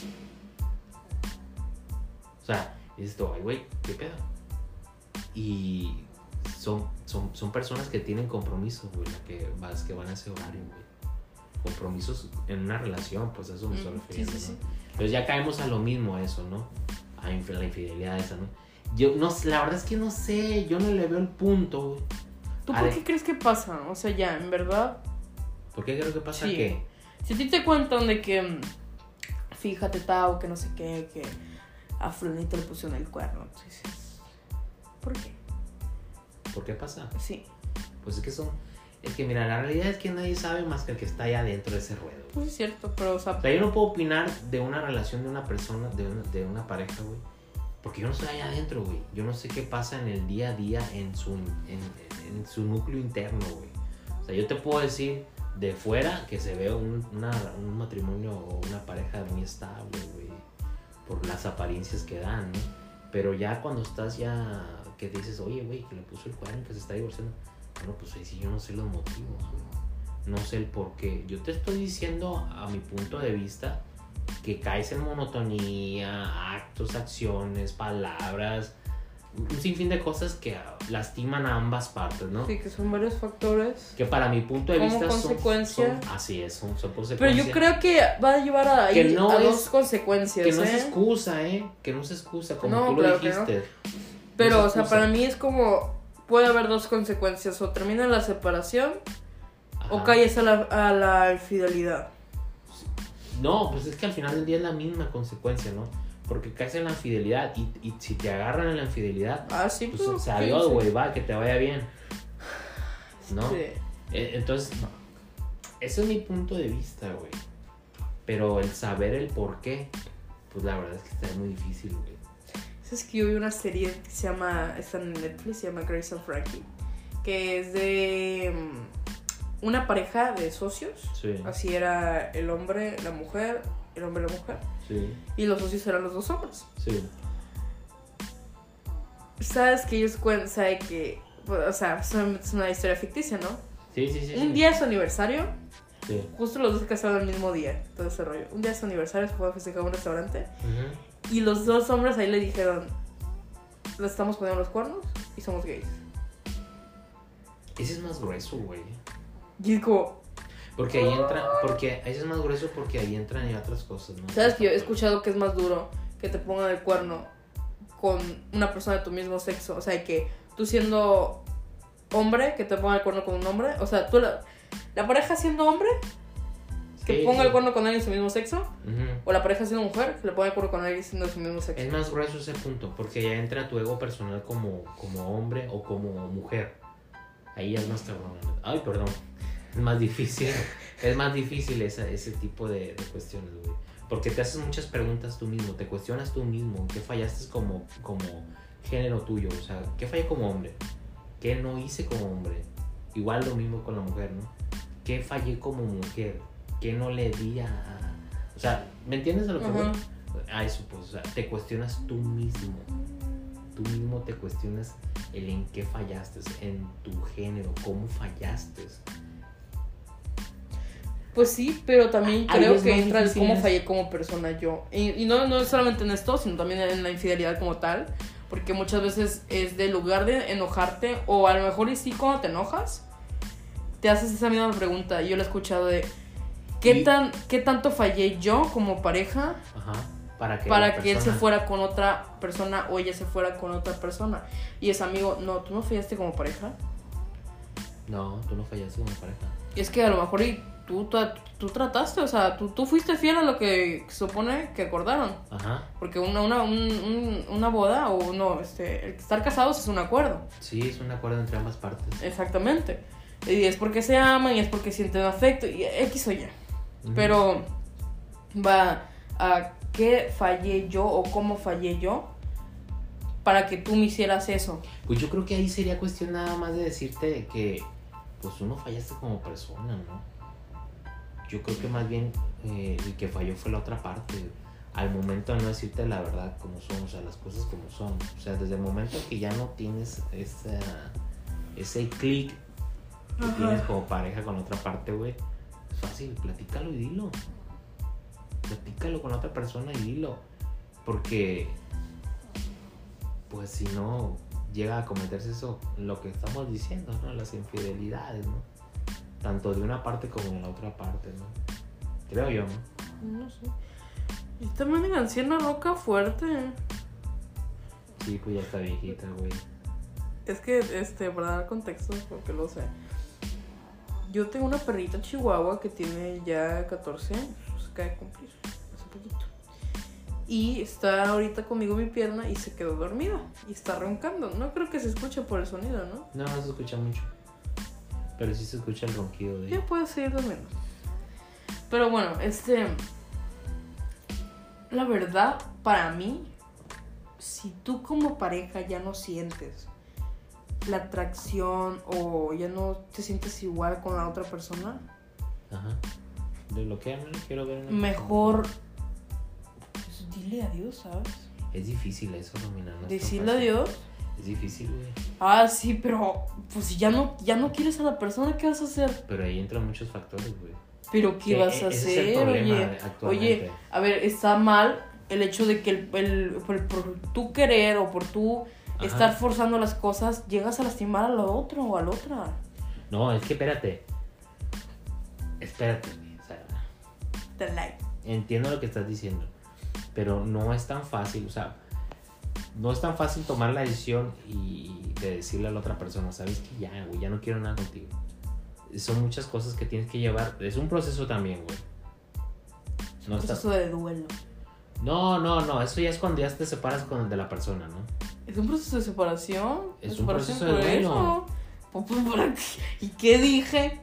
B: O sea, dices tú, ay, güey, ¿qué pedo? Y son, son, son personas que tienen compromisos, güey, las que, las que van a ese horario, güey. Compromisos en una relación, pues a eso me estoy
A: Mm,
B: refiriendo,
A: sí, sí,
B: ¿no?
A: sí.
B: Entonces ya caemos a lo mismo, a eso, ¿no? A inf- la infidelidad esa, ¿no? Yo no sé, la verdad es que no sé, yo no le veo el punto, güey.
A: ¿Tú
B: A
A: por
B: ver.
A: qué crees que pasa? O sea, ya, en verdad,
B: ¿Por qué creo que pasa
A: Sí.
B: que?
A: si a ti te cuentan de que, mm, fíjate, Tao, que no sé qué, que a fulanito le pusieron el cuerno, tú dices, ¿por qué?
B: ¿Por qué pasa?
A: Sí,
B: Pues es que son... Es que mira, la realidad es que nadie sabe más que el que está allá dentro de ese ruedo.
A: pues es cierto, pero, o sea,
B: O sea, yo no puedo opinar de una relación de una persona, de una, de una pareja, güey. Porque yo no estoy allá adentro, güey. Yo no sé qué pasa en el día a día en su, en, en- en su núcleo interno, güey. O sea, yo te puedo decir de fuera que se ve un, una- un matrimonio o una pareja muy estable, güey. Por las apariencias que dan, ¿no? Pero ya cuando estás ya... Que dices, oye, güey, que le puso el cuerno, que se está divorciando. Bueno, pues ahí sí yo no sé los motivos, güey. No sé el por qué. Yo te estoy diciendo a mi punto de vista que caes en monotonía, actos, acciones, palabras, un sinfín de cosas que lastiman a ambas partes, ¿no?
A: sí, que son varios factores.
B: Que para mi punto de
A: Como
B: vista son,
A: consecuencia.
B: son- así es, son, son
A: Pero
B: consecuencias.
A: yo creo que va a llevar a,
B: Que
A: ahí
B: no
A: a
B: es-
A: dos consecuencias,
B: que no
A: ¿eh?
B: es excusa, ¿eh? Que no es excusa, como
A: No,
B: tú lo
A: claro que
B: dijiste.
A: Pero,
B: No
A: o
B: es
A: sea,
B: excusa.
A: para mí es como, puede haber dos consecuencias, o termina la separación, o
B: Ajá.
A: calles a la, a la infidelidad.
B: No, pues es que al final del día es la misma consecuencia, ¿no? Porque caes en la infidelidad y, y si te agarran en la infidelidad,
A: Ah, sí,
B: pues
A: pues,
B: se
A: sí,
B: adiós,
A: sí.
B: güey, va, que te vaya bien. ¿No?
A: Sí.
B: Eh, Entonces, ese es mi punto de vista, güey. Pero el saber el por qué, pues la verdad es que está muy difícil, güey.
A: Es que yo vi una serie que se llama, está en Netflix, se llama Grace and Frankie, que es de mm, una pareja de socios.
B: Sí,
A: Así era el hombre, la mujer, el hombre y la mujer,
B: sí,
A: y los socios eran los dos hombres.
B: sí.
A: Sabes que ellos cuentan, sabe que, pues, o sea, son- es una historia ficticia, ¿no?
B: Sí, sí, sí.
A: Un
B: sí.
A: día de su aniversario,
B: Sí.
A: justo los dos se casaron el mismo día, todo ese rollo. Un día de su aniversario se fue a festejar a un restaurante
B: Ujú.
A: y los dos hombres ahí le dijeron, le estamos poniendo los cuernos y somos gays.
B: Ese es más grueso, güey.
A: Y es como,
B: Porque ahí entra, porque ese es más grueso porque ahí entran ya otras cosas, ¿no?
A: ¿sabes que yo he escuchado que es más duro que te pongan el cuerno con una persona de tu mismo sexo? O sea, que tú siendo hombre, que te pongan el cuerno con un hombre. O sea, tú la, la pareja siendo hombre, que
B: Sí,
A: ponga
B: sí.
A: el cuerno con alguien de su mismo sexo.
B: Ujú.
A: O la pareja siendo mujer, que le ponga el cuerno con alguien siendo de su mismo sexo.
B: Es más grueso ese punto, porque ya entra tu ego personal como, como hombre o como mujer. Ahí ya es más cabrón. Ay, perdón. Es más difícil, es más difícil esa, ese tipo de, de cuestiones, güey. Porque te haces muchas preguntas tú mismo, te cuestionas tú mismo, ¿en qué fallaste como, como género tuyo? O sea, ¿qué fallé como hombre? ¿Qué no hice como hombre? Igual lo mismo con la mujer, ¿no? ¿Qué fallé como mujer? ¿Qué no le di a...? O sea, ¿me entiendes a lo que voy? A eso, pues, o sea, te cuestionas tú mismo. Tú mismo te cuestionas el en qué fallaste, en tu género, cómo fallaste.
A: Pues sí, pero también
B: Ahí
A: creo
B: es
A: que
B: más
A: entra el
B: difícil,
A: cómo
B: es-
A: fallé como persona yo. Y, y no, no solamente en esto, sino también en la infidelidad como tal. Porque muchas veces es de lugar de enojarte, o a lo mejor y sí cuando te enojas, te haces esa misma pregunta. Yo la he escuchado de ¿qué,
B: Y-
A: tan, ¿qué tanto fallé yo como pareja
B: Ajá. Para que,
A: para
B: la
A: que él se
B: persona-
A: fuera con otra persona o ella se fuera con otra persona? Y es amigo, no, tú no fallaste como pareja.
B: No, tú no fallaste como pareja.
A: Y es que a lo mejor y tú, tú, tú trataste, o sea, tú, tú fuiste fiel a lo que se supone que acordaron.
B: Ajá.
A: Porque una, una, un, un- una boda o no, este, el estar casados es un acuerdo.
B: Sí, es un acuerdo entre ambas partes.
A: Exactamente. Y es porque se aman y es porque sienten afecto y X o Y.
B: Ujú.
A: Pero va a qué fallé yo o cómo fallé yo para que tú me hicieras eso.
B: Pues yo creo que ahí sería cuestión nada más de decirte que pues uno fallaste como persona, ¿no? Yo creo que más bien eh, el que falló fue la otra parte. Al momento de no decirte la verdad como son, o sea, las cosas como son. O sea, desde el momento que ya no tienes esa, ese clic que
A: Ajá.
B: tienes como pareja con otra parte, güey, es fácil, platícalo y dilo. Platícalo con la otra persona y dilo. Porque, pues si no, llega a cometerse eso, lo que estamos diciendo, ¿no? Las infidelidades, ¿no? Tanto de una parte como de la otra parte, ¿no? Creo yo, ¿no?
A: No sé. Y también en Anciana Roca fuerte.
B: Sí, pues ya está viejita, güey.
A: Es que, este, para dar contexto, porque lo sé. Yo tengo una perrita chihuahua que tiene ya catorce años. Se acaba de cumplir hace poquito. Y está ahorita conmigo en mi pierna y se quedó dormida. Y está roncando. No creo que se escuche por el sonido, ¿no?
B: No, no se escucha mucho. Pero sí se escucha el ronquido de
A: Ya
B: ella.
A: puedes seguir durmiendo. Pero bueno, este... La verdad, para mí, si tú como pareja ya no sientes la atracción o ya no te sientes igual con la otra persona,
B: Ajá. Desbloquéame, quiero ver una
A: mejor pues, dile adiós, ¿sabes?
B: persona. Es difícil eso, Romina. No es tan
A: Decirle
B: fácil.
A: adiós.
B: Es difícil, güey.
A: Ah, sí, pero pues si ya no, ya no quieres a la persona, ¿qué vas a hacer?
B: Pero ahí entran muchos factores, güey.
A: ¿Pero qué
B: Que
A: vas a
B: ese
A: hacer?
B: es el problema
A: Oye,
B: actualmente.
A: oye, a ver, está mal el hecho de que el, el- por, por tu querer o por tu
B: Ajá.
A: estar forzando las cosas, llegas a lastimar a la otra o a la otra.
B: No, es que espérate. Espérate, güey. O sea,
A: Te like.
B: entiendo lo que estás diciendo. Pero no es tan fácil, o sea, no es tan fácil tomar la decisión y de decirle a la otra persona, sabes que ya, güey, ya no quiero nada contigo. Son muchas cosas que tienes que llevar. Es un proceso también, güey.
A: Es
B: No,
A: un
B: está-
A: proceso de duelo.
B: no, no, no, eso ya es cuando ya te separas con de la persona, ¿no?
A: Es un proceso de separación.
B: Es
A: de
B: un
A: separación
B: proceso de
A: por
B: duelo.
A: eso. Pues, pues, ¿para qué? ¿Y qué dije?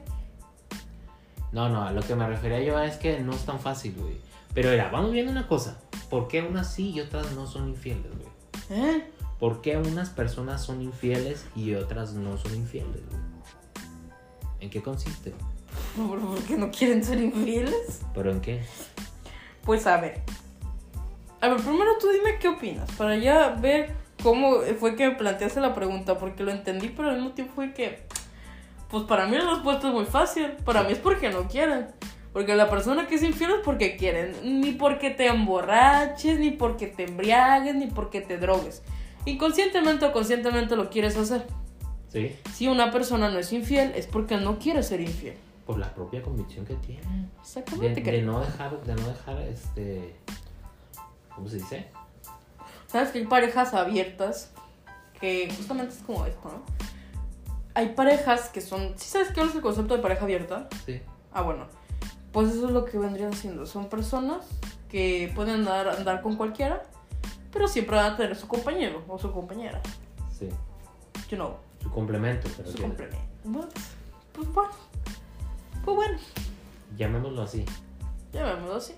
B: No, no, a lo que me refería yo es que no es tan fácil, güey. Pero mira, vamos viendo una cosa. ¿Por qué unas sí y otras no son infieles, güey?
A: ¿Eh?
B: ¿Por qué unas personas son infieles y otras no son infieles, güey? ¿En qué consiste?
A: ¿Por, por qué no quieren ser infieles?
B: ¿Pero en qué?
A: Pues a ver. A ver, primero tú dime qué opinas. Para ya ver cómo fue que me planteaste la pregunta. Porque lo entendí, pero al mismo tiempo fue que... Pues para mí la respuesta es muy fácil. Para mí es porque no quieren. Porque la persona que es infiel es porque quieren. Ni porque te emborraches, ni porque te embriagues, ni porque te drogues. Inconscientemente o conscientemente lo quieres hacer.
B: ¿Sí?
A: Si una persona no es infiel, es porque no quiere ser infiel.
B: Por la propia convicción que tiene. De,
A: Exactamente.
B: de
A: querido.
B: no dejar, de no dejar, este... ¿Cómo se dice?
A: ¿Sabes que hay parejas abiertas? Que justamente es como esto, ¿no? Hay parejas que son... ¿Sí sabes qué es el concepto de pareja abierta?
B: Sí.
A: Ah, bueno. Pues eso es lo que vendrían siendo. Son personas que pueden andar, andar con cualquiera, pero siempre van a tener su compañero o su compañera.
B: Sí.
A: You know,
B: Su complemento, pero
A: su
B: que-
A: complemento. Pues, pues bueno. Pues bueno,
B: Llamémoslo así.
A: llamémoslo así.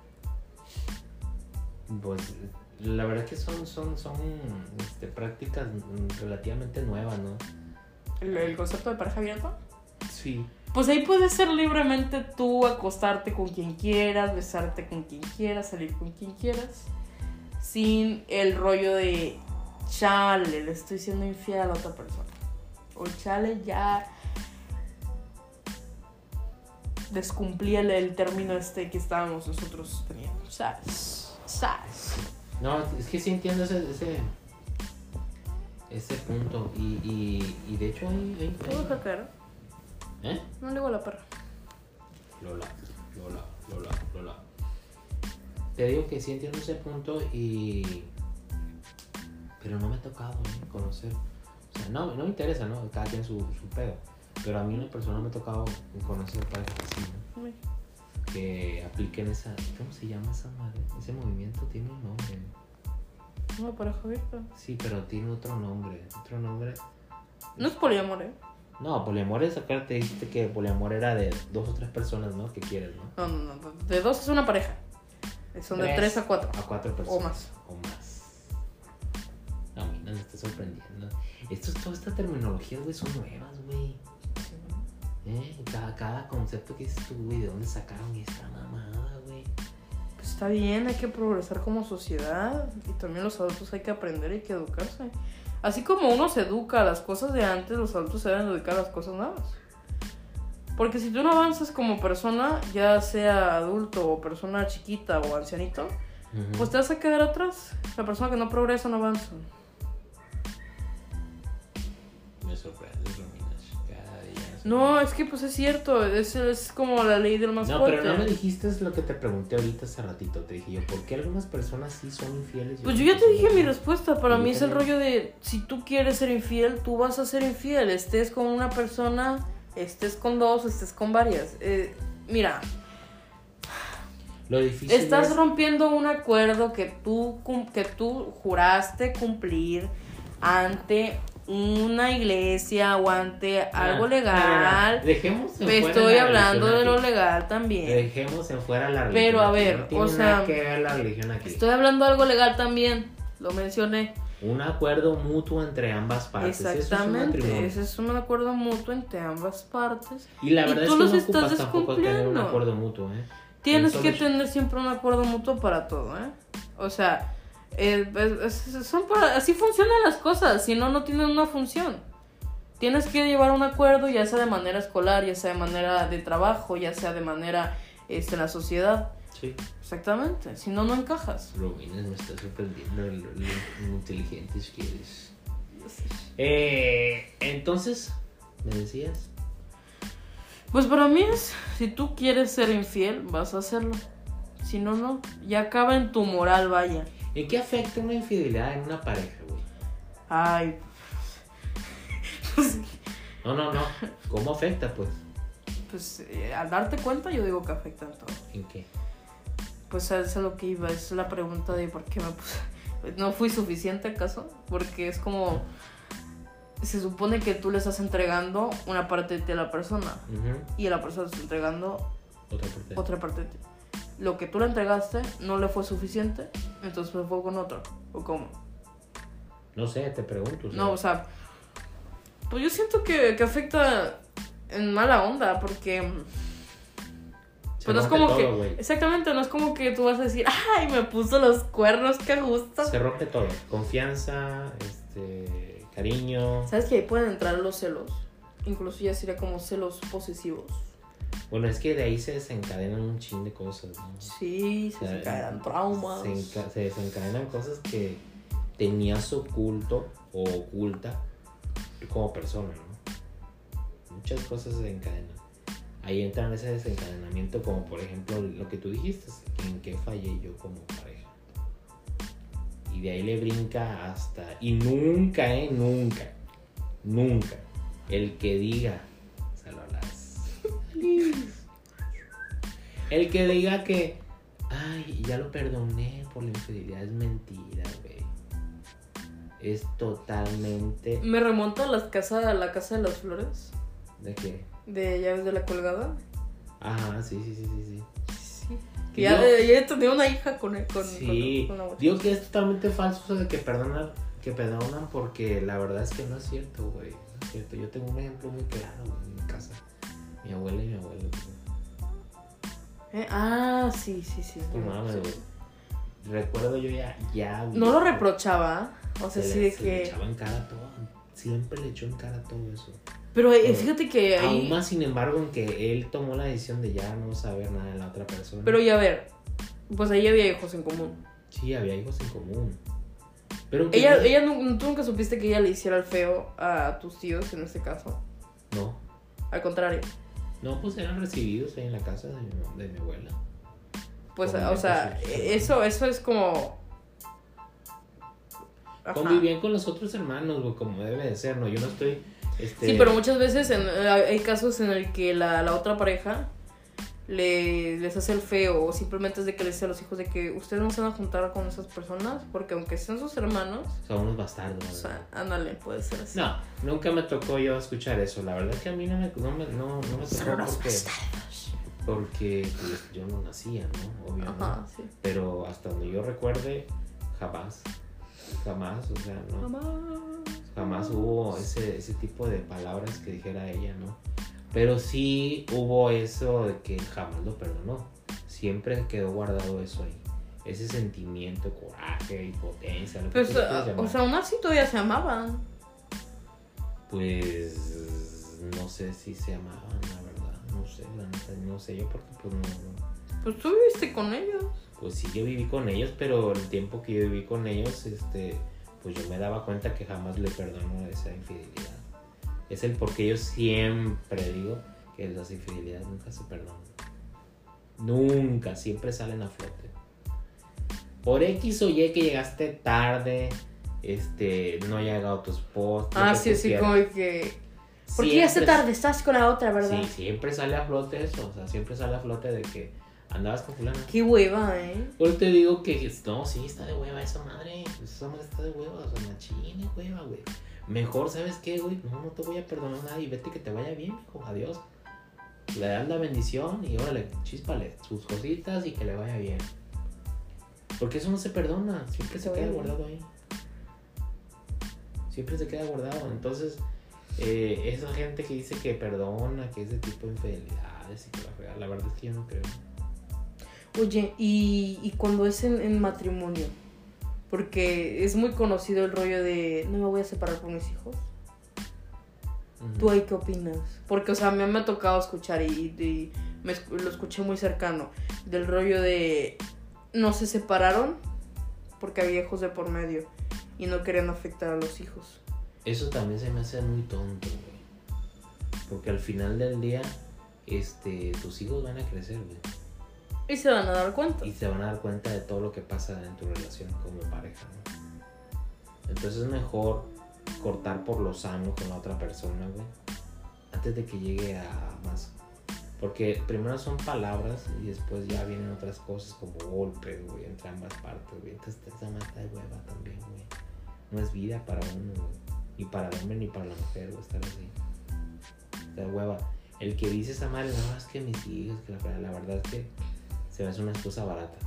B: Pues la verdad que son, son, son este, prácticas relativamente nuevas, ¿no?
A: ¿El, el concepto de pareja abierta?
B: Sí.
A: Pues ahí puedes ser libremente tú, acostarte con quien quieras, besarte con quien quieras, salir con quien quieras, sin el rollo de chale, le estoy siendo infiel a la otra persona. O chale, ya descumplí el, el término este que estábamos nosotros teniendo. ¿Sabes? ¿Sabes?
B: No, es que sí entiendo ese, ese, ese punto. Y, y, y de hecho hay... hay,
A: ¿Qué voy a caer?
B: ¿Eh?
A: No le digo a la perra.
B: Lola, Lola, Lola, Lola. Te digo que sí entiendo ese punto y... Pero no me ha tocado, ¿eh? Conocer. O sea, no, no me interesa, ¿no? Cada quien su, su pedo. Pero a mí una persona me ha tocado conocer parejas así, ¿no?
A: Uy.
B: Que apliquen esa... ¿Cómo se llama esa madre? Ese movimiento tiene un nombre.
A: No, pareja abierta.
B: Sí, pero tiene otro nombre. Otro nombre.
A: No es poliamor, ¿eh?
B: No, poliamor es acá te dijiste que poliamor era de dos o tres personas, ¿no? Que quieres, ¿no?
A: No, no, no. De dos es una pareja. Son de tres a cuatro.
B: A cuatro personas.
A: O más.
B: O más. No, mira, me está sorprendiendo. Esto, toda esta terminología, güey, son nuevas, güey. ¿Eh? Cada, cada concepto que dices tú, güey, ¿de dónde sacaron esta mamada, güey?
A: Pues está bien, hay que progresar como sociedad. Y también los adultos hay que aprender, hay que educarse. Así como uno se educa a las cosas de antes, los adultos se deben educar a las cosas nuevas. Porque si tú no avanzas como persona, ya sea adulto o persona chiquita o ancianito, uh-huh. pues te vas a quedar atrás. La persona que no progresa no avanza.
B: Me sorprende, Romina. Cada día.
A: No, es que pues es cierto, es, es como la ley del más
B: no,
A: fuerte.
B: No, pero no me dijiste lo que te pregunté ahorita hace ratito. Te dije yo, ¿por qué algunas personas sí son infieles?
A: Pues yo ya te dije mi respuesta. Para mí es el rollo de, si tú quieres ser infiel, tú vas a ser infiel. Estés con una persona, estés con dos, estés con varias. Eh, mira,
B: lo difícil
A: estás
B: es...
A: rompiendo un acuerdo que tú, que tú juraste cumplir ante una iglesia o ante algo
B: ah,
A: legal.
B: Dejemos en
A: Me
B: fuera
A: estoy
B: la
A: hablando de
B: aquí.
A: lo legal también.
B: Dejemos en fuera la religión.
A: Pero a
B: aquí.
A: ver,
B: no tiene
A: o sea,
B: nada que ver la religión aquí.
A: Estoy hablando de algo legal también. Lo mencioné.
B: Un acuerdo mutuo entre ambas partes.
A: Exactamente.
B: Eso es un
A: ese es un acuerdo mutuo entre ambas partes.
B: Y la verdad
A: y tú
B: es que
A: los
B: no
A: estás
B: ocupas tampoco tener un
A: descumpliendo.
B: acuerdo mutuo, ¿eh?
A: Tienes
B: El
A: que
B: solo
A: tener siempre un acuerdo mutuo para todo, ¿eh? O sea, eh, es, es, son para, así funcionan las cosas. Si no, no tienen una función. Tienes que llevar un acuerdo, ya sea de manera escolar, ya sea de manera de trabajo, ya sea de manera este, en la sociedad.
B: Sí.
A: Exactamente. Si no, no encajas.
B: Romina, me está sorprendiendo lo, lo, lo inteligentes que eres. Eh, entonces, ¿me decías?
A: Pues para mí es, si tú quieres ser infiel, vas a hacerlo. Si no, no. Ya acaba en tu moral, vaya.
B: ¿En qué afecta una infidelidad en una pareja, güey?
A: Ay.
B: No, no, no. ¿Cómo afecta, pues?
A: Pues eh, al darte cuenta, yo digo que afecta en todo.
B: ¿En qué?
A: Pues es a lo que iba. Es la pregunta de por qué me puse. ¿No fui suficiente acaso? Porque es como. Se supone que tú le estás entregando una parte de ti a la persona.
B: Uh-huh.
A: Y a la persona está entregando
B: otra parte.
A: otra parte de ti. Lo que tú le entregaste no le fue suficiente, entonces me fue con otro. ¿O cómo?
B: No sé, te pregunto.
A: O sea. No, o sea, pues yo siento que, que afecta en mala onda, porque
B: se
A: pues no es como
B: todo,
A: que
B: wey.
A: Exactamente, no es como que tú vas a decir, ay, me puso los cuernos, qué gusto.
B: Se rompe todo, confianza, este, cariño.
A: ¿Sabes que ahí pueden entrar los celos? Incluso ya sería como celos posesivos.
B: Bueno, es que de ahí se desencadenan un chin de cosas, ¿no?
A: Sí, se
B: o sea,
A: desencadenan traumas.
B: Se, enca- se desencadenan cosas que tenías oculto o oculta como persona, ¿no? Muchas cosas se desencadenan. Ahí entra en ese desencadenamiento, como por ejemplo lo que tú dijiste, en qué fallé yo como pareja. Y de ahí le brinca hasta... Y nunca, ¿eh? Nunca, nunca, el que diga... El que diga que, ay, ya lo perdoné por la infidelidad es mentira, güey. Es totalmente...
A: Me remonta a las casas, a la casa de las flores.
B: ¿De qué?
A: De Llaves de la Colgada.
B: Ajá, sí, sí, sí, sí, sí.
A: Sí. Que ya,
B: yo,
A: ya tenía una hija con él. Con,
B: sí,
A: con, con la
B: digo que es totalmente falso eso de que perdonan, que perdonan porque la verdad es que no es cierto, güey. No es cierto. Yo tengo un ejemplo muy claro, güey, en mi casa. Mi abuela y mi abuelo, güey.
A: ¿Eh? Ah, sí, sí, sí.
B: Tu mames, güey. Recuerdo yo ya, ya.
A: No lo reprochaba, o sea,
B: se
A: sí
B: le,
A: de
B: se
A: que...
B: le echaba en cara todo. Siempre le echó en cara todo eso.
A: Pero eh,
B: Pero
A: fíjate que ahí...
B: Aún más, sin embargo, en que él tomó la decisión de ya no saber nada de la otra persona.
A: Pero ya a ver, pues ahí había hijos en común.
B: Sí, había hijos en común. Pero que
A: Ella,
B: no...
A: ella no, ¿tú nunca supiste que ella le hiciera el feo a tus tíos en este caso?
B: No.
A: Al contrario.
B: No, pues eran recibidos ahí en la casa de mi, de mi abuela.
A: Pues,
B: Convivían
A: o sea,
B: con sus
A: eso, eso es como... Ajá.
B: Convivían con los otros hermanos, güey, como debe de ser, ¿no? Yo no estoy... Este...
A: Sí, pero muchas veces en, hay casos en el que la, la otra pareja le, les hace el feo o simplemente es de que les dice a los hijos de que ustedes no se van a juntar con esas personas porque aunque sean sus hermanos...
B: Son unos bastardos.
A: O sea, ándale, puede ser así.
B: No, nunca me tocó yo escuchar eso. La verdad es que a mí no me, no me, no, no me tocó porque... Porque pues, yo no nacía, ¿no? Obviamente.
A: Ajá, sí.
B: Pero hasta donde yo recuerde, jamás. Jamás, o sea, no.
A: Jamás.
B: Jamás hubo ese, ese tipo de palabras que dijera ella, ¿no? Pero sí hubo eso de que jamás lo perdonó. Siempre quedó guardado eso ahí. Ese sentimiento, coraje, impotencia. Lo que
A: Pues,
B: tú le quieras
A: o
B: llamar.
A: sea, aún así todavía se amaban.
B: Pues no sé si se amaban, la verdad. No sé, la neta, no sé yo porque pues no, no.
A: Pues tú viviste con ellos.
B: Pues sí, yo viví con ellos, pero el tiempo que yo viví con ellos, este, pues yo me daba cuenta que jamás le perdono esa infidelidad. Es el porque yo siempre digo que las infidelidades nunca se perdonan. Nunca, siempre salen a flote. Por X o Y que llegaste tarde, este, no ha llegado tu esposo.
A: Ah, sí, sí, como que... ¿Por qué
B: Siempre-
A: llegaste tarde? Estás con la otra, ¿verdad?
B: Sí, siempre sale a flote eso, o sea, siempre sale a flote de que andabas con fulana.
A: Qué hueva, ¿eh?
B: Hoy te digo que no, sí, está de hueva esa madre. Esa madre está de hueva, o sea, machín de hueva, güey. Mejor, ¿sabes qué, güey? No, no te voy a perdonar nada y vete que te vaya bien, hijo. Adiós. Le das la bendición y órale, chíspale sus cositas y que le vaya bien. Porque eso no se perdona, siempre se queda guardado ahí. Siempre se queda guardado. Entonces, eh, esa gente que dice que perdona, que ese tipo de infidelidades y que la fregada, la verdad es que yo no creo.
A: Oye, ¿y, y cuando es en, en matrimonio? Porque es muy conocido el rollo de no me voy a separar por mis hijos.
B: Uh-huh.
A: ¿Tú ahí qué opinas? Porque, o sea, a mí me ha tocado escuchar y, y me, lo escuché muy cercano. Del rollo de no se separaron porque había hijos de por medio y no querían afectar a los hijos.
B: Eso también se me hace muy tonto, güey. Porque al final del día, este, tus hijos van a crecer, güey.
A: Y se van a dar cuenta.
B: Y se van a dar cuenta de todo lo que pasa en tu relación como pareja, ¿no? Entonces es mejor cortar por lo sano con la otra persona, güey. Antes de que llegue a más. Porque primero son palabras y después ya vienen otras cosas como golpes, güey, entre ambas partes, güey. Entonces esa mata de hueva también, güey. No es vida para uno, güey. Ni para el hombre ni para la mujer, güey, estar así. De hueva. El que dice esa madre, no, es que mis hijos, que la, la verdad es que se me hace una excusa barata.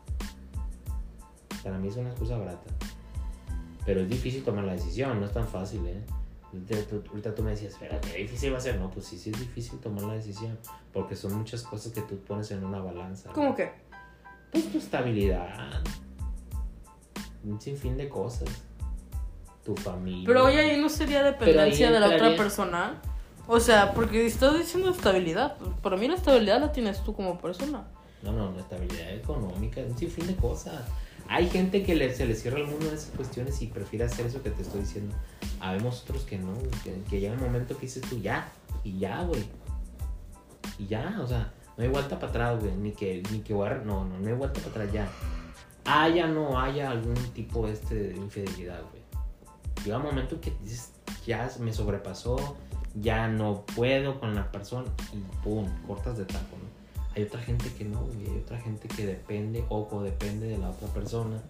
B: Para mí es una excusa barata. Pero es difícil tomar la decisión, no es tan fácil, ¿eh? Ahorita tú, ahorita tú me decías, espera, qué difícil va a ser. No, pues sí, sí es difícil tomar la decisión. Porque son muchas cosas que tú pones en una balanza.
A: ¿Cómo
B: ¿no?
A: que?
B: Pues tu estabilidad. Un sinfín de cosas. Tu familia.
A: Pero oye, ahí no sería dependencia
B: ahí
A: de la
B: entraría...
A: otra persona. O sea, porque estás diciendo estabilidad. Para mí la estabilidad la tienes tú como persona.
B: No, no, no, estabilidad económica, un sinfín de cosas. Hay gente que le, se le cierra el mundo en esas cuestiones y prefiere hacer eso que te estoy diciendo. Habemos otros que no, que, que llega un momento que dices tú ya, y ya, güey. Y ya, o sea, no hay vuelta para atrás, güey, ni que, ni que, no, no, no hay vuelta para atrás ya. Haya o no haya algún tipo este de infidelidad, güey. Llega un momento que dices, ya me sobrepasó, ya no puedo con la persona y pum, cortas de taco, ¿no? Hay otra gente que no, güey, hay otra gente que depende o codepende de la otra persona